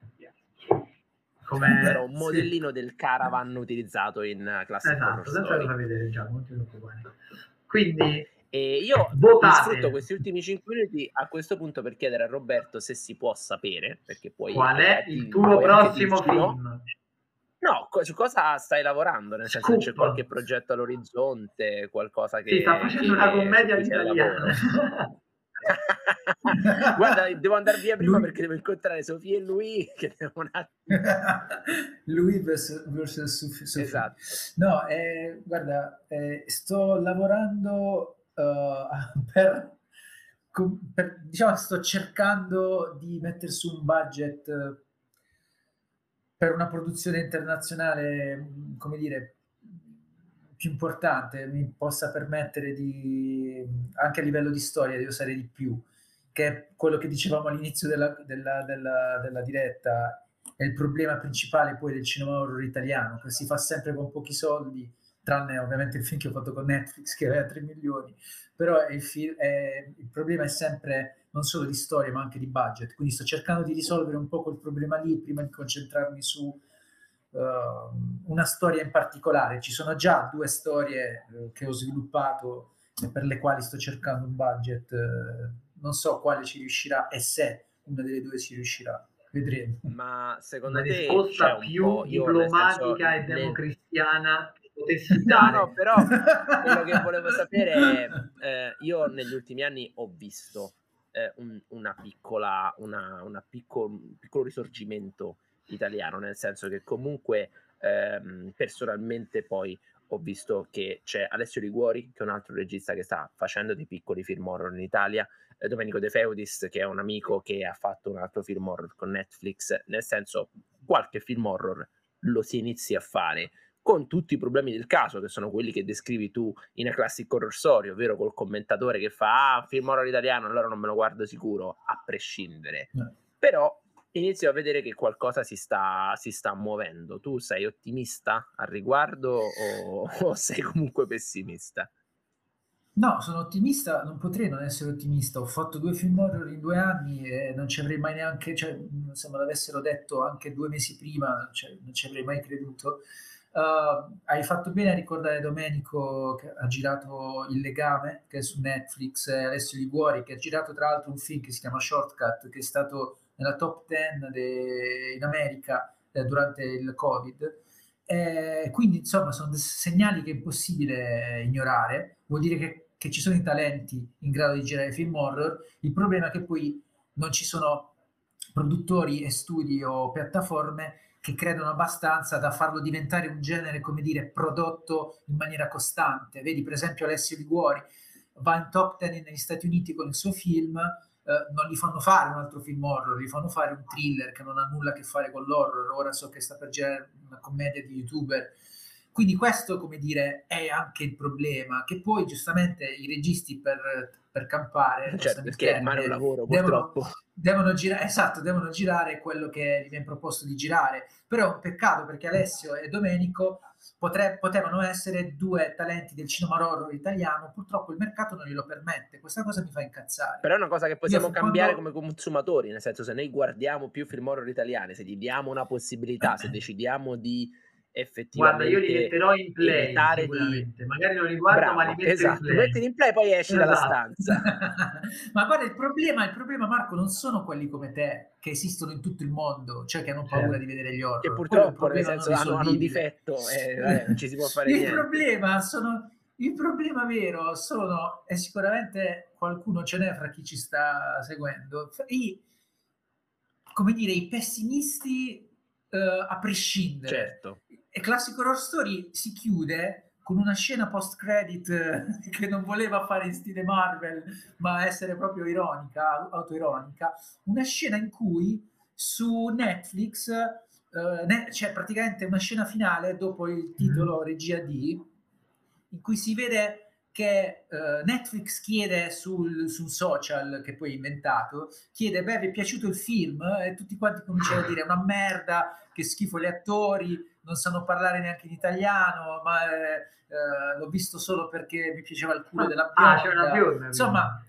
Era un modellino del Caravan utilizzato in classe. Esatto, senza lo fa vedere già, non ti preoccupare. Quindi io sfrutto questi ultimi 5 minuti a questo punto per chiedere a Roberto se si può sapere, perché poi qual è il tuo prossimo film? No, su cosa stai lavorando? Nel senso, c'è qualche progetto all'orizzonte, qualcosa che... Sì, sta facendo una commedia italiana. Guarda, devo andare via prima perché devo incontrare Sofia e lui che devono lui versus Sofia. Esatto. No, guarda, sto lavorando diciamo, sto cercando di mettere su un budget per una produzione internazionale, come dire, più importante, mi possa permettere di, anche a livello di storia, di usare di più, che è quello che dicevamo all'inizio della diretta, è il problema principale poi del cinema horror italiano, che si fa sempre con pochi soldi, tranne ovviamente il film che ho fatto con Netflix, che aveva 3 milioni, però il problema è sempre non solo di storia, ma anche di budget, quindi sto cercando di risolvere un po' quel problema lì, prima di concentrarmi su una storia in particolare. Ci sono già 2 storie che ho sviluppato e per le quali sto cercando un budget, non so quale ci riuscirà e se una delle 2 ci riuscirà, vedremo. Ma secondo una te risposta più diplomatica e democristiana che potessi dare? No, però quello che volevo sapere è io negli ultimi anni ho visto un piccolo risorgimento italiano, nel senso che comunque personalmente poi ho visto che c'è Alessio Liguori, che è un altro regista che sta facendo dei piccoli film horror in Italia, Domenico De Feudis, che è un amico che ha fatto un altro film horror con Netflix, nel senso qualche film horror lo si inizi a fare con tutti i problemi del caso, che sono quelli che descrivi tu in A Classic Horror Story, ovvero col commentatore che fa film horror italiano, allora non me lo guardo sicuro, a prescindere. Però inizio a vedere che qualcosa si sta muovendo. Tu sei ottimista al riguardo o sei comunque pessimista? No, sono ottimista, non potrei non essere ottimista. Ho fatto 2 film horror in 2 anni e non ci avrei mai neanche, cioè, se me l'avessero detto anche 2 mesi prima, cioè, non ci avrei mai creduto. Hai fatto bene a ricordare Domenico, che ha girato Il Legame, che è su Netflix, e Alessio Liguori, che ha girato tra l'altro un film che si chiama Shortcut, che è stato nella top 10 in America durante il Covid. Quindi insomma sono segnali che è impossibile ignorare. Vuol dire che ci sono i talenti in grado di girare film horror. Il problema è che poi non ci sono produttori e studi o piattaforme che credono abbastanza da farlo diventare un genere, come dire, prodotto in maniera costante. Vedi per esempio Alessio Liguori va in top 10 negli Stati Uniti con il suo film, non gli fanno fare un altro film horror, gli fanno fare un thriller che non ha nulla a che fare con l'horror. Ora so che sta per girare una commedia di YouTuber. Quindi questo, come dire, è anche il problema, che poi giustamente i registi per campare, certo, perché rimane un lavoro purtroppo, devono girare quello che gli viene proposto di girare. Però è un peccato perché Alessio e Domenico potevano essere due talenti del cinema horror italiano, purtroppo il mercato non glielo permette, questa cosa mi fa incazzare. Però è una cosa che possiamo cambiare come consumatori, nel senso, se noi guardiamo più film horror italiani, se gli diamo una possibilità, se decidiamo di effettivamente, guarda, io li metterò in play sicuramente, magari non li guardo, ma li metto in play. Mettili in play, poi esci dalla stanza. Ma guarda, il problema Marco non sono quelli come te che esistono in tutto il mondo, cioè che hanno paura di vedere gli horror, che purtroppo nel senso hanno un difetto, non ci si può fare niente. Il problema vero sono, e sicuramente qualcuno ce n'è fra chi ci sta seguendo, i pessimisti a prescindere. Certo. E Classic Horror Story si chiude con una scena post-credit che non voleva fare in stile Marvel, ma essere proprio autoironica, una scena in cui su Netflix c'è praticamente una scena finale dopo il titolo regia D, in cui si vede che Netflix chiede sul social, che poi è inventato, chiede: beh, vi è piaciuto il film? E tutti quanti cominciano a dire: una merda, che schifo gli attori, non sanno parlare neanche in italiano, ma l'ho visto solo perché mi piaceva il culo della bionda. C'è una bionda. Insomma,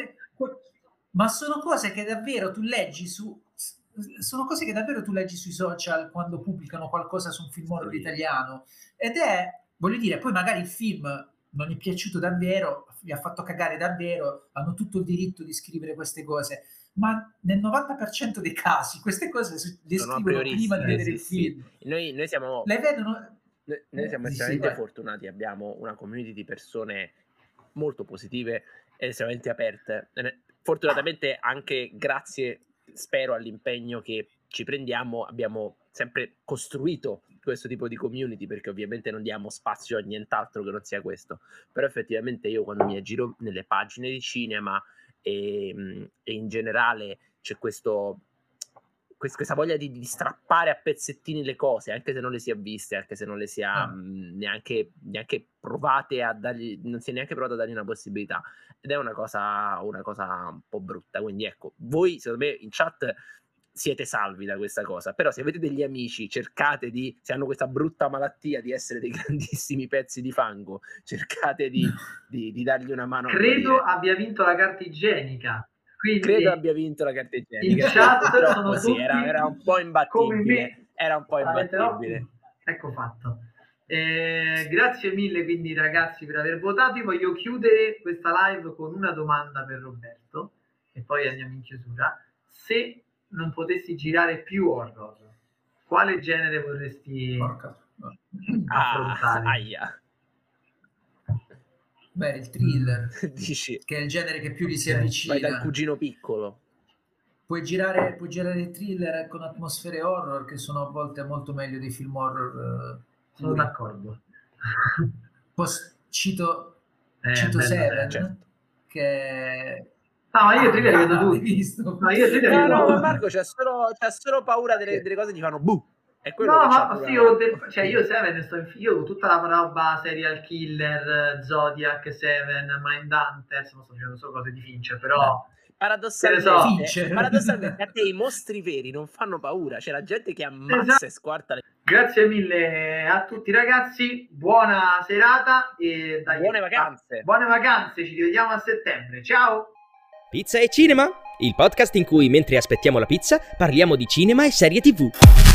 ma sono cose che davvero tu leggi sono cose che davvero tu leggi sui social quando pubblicano qualcosa su un film horror italiano, ed voglio dire, poi magari il film non gli è piaciuto davvero, gli ha fatto cagare davvero, hanno tutto il diritto di scrivere queste cose, ma nel 90% dei casi queste cose le scrivono prima di vedere il film. Noi siamo estremamente fortunati, abbiamo una community di persone molto positive e estremamente aperte, fortunatamente anche grazie, spero, all'impegno che ci prendiamo, abbiamo sempre costruito questo tipo di community, perché ovviamente non diamo spazio a nient'altro che non sia questo. Però effettivamente io, quando mi aggiro nelle pagine di cinema e in generale, c'è questa voglia di strappare a pezzettini le cose, anche se non le si è viste, anche se non le si ha neanche provate a dargli, non si è neanche provato a dargli una possibilità, ed è una cosa un po' brutta. Quindi ecco, voi secondo me in chat siete salvi da questa cosa, però se avete degli amici, cercate se hanno questa brutta malattia di essere dei grandissimi pezzi di fango, cercate di dargli una mano. Credo abbia vinto la carta igienica. Quindi credo abbia vinto la carta igienica. In chat sono tutti era un po' imbattibile. Era un po' imbattibile. Ecco fatto. Grazie mille quindi ragazzi per aver votato. Io voglio chiudere questa live con una domanda per Roberto e poi andiamo in chiusura. Se non potessi girare più horror, quale genere vorresti affrontare? Beh, il thriller. Dici, che è il genere che più gli si avvicina. Vai dal cugino piccolo. Puoi girare il thriller con atmosfere horror che sono a volte molto meglio dei film horror. Sono d'accordo. Cito Seven, certo. Che no, io thriller vedo tutti. No, Marco c'ha solo paura delle cose che gli fanno buh. È quello no, ma sì, io Seven io tutta la roba serial killer, Zodiac, Seven, Mindhunters, non sto facendo solo cose di Fincher, però paradossalmente a te i mostri veri non fanno paura, c'è la gente che ammazza e squarta le... Grazie mille a tutti ragazzi, buona serata e buone vacanze, ci rivediamo a settembre, ciao! Pizza e Cinema, il podcast in cui mentre aspettiamo la pizza parliamo di cinema e serie TV.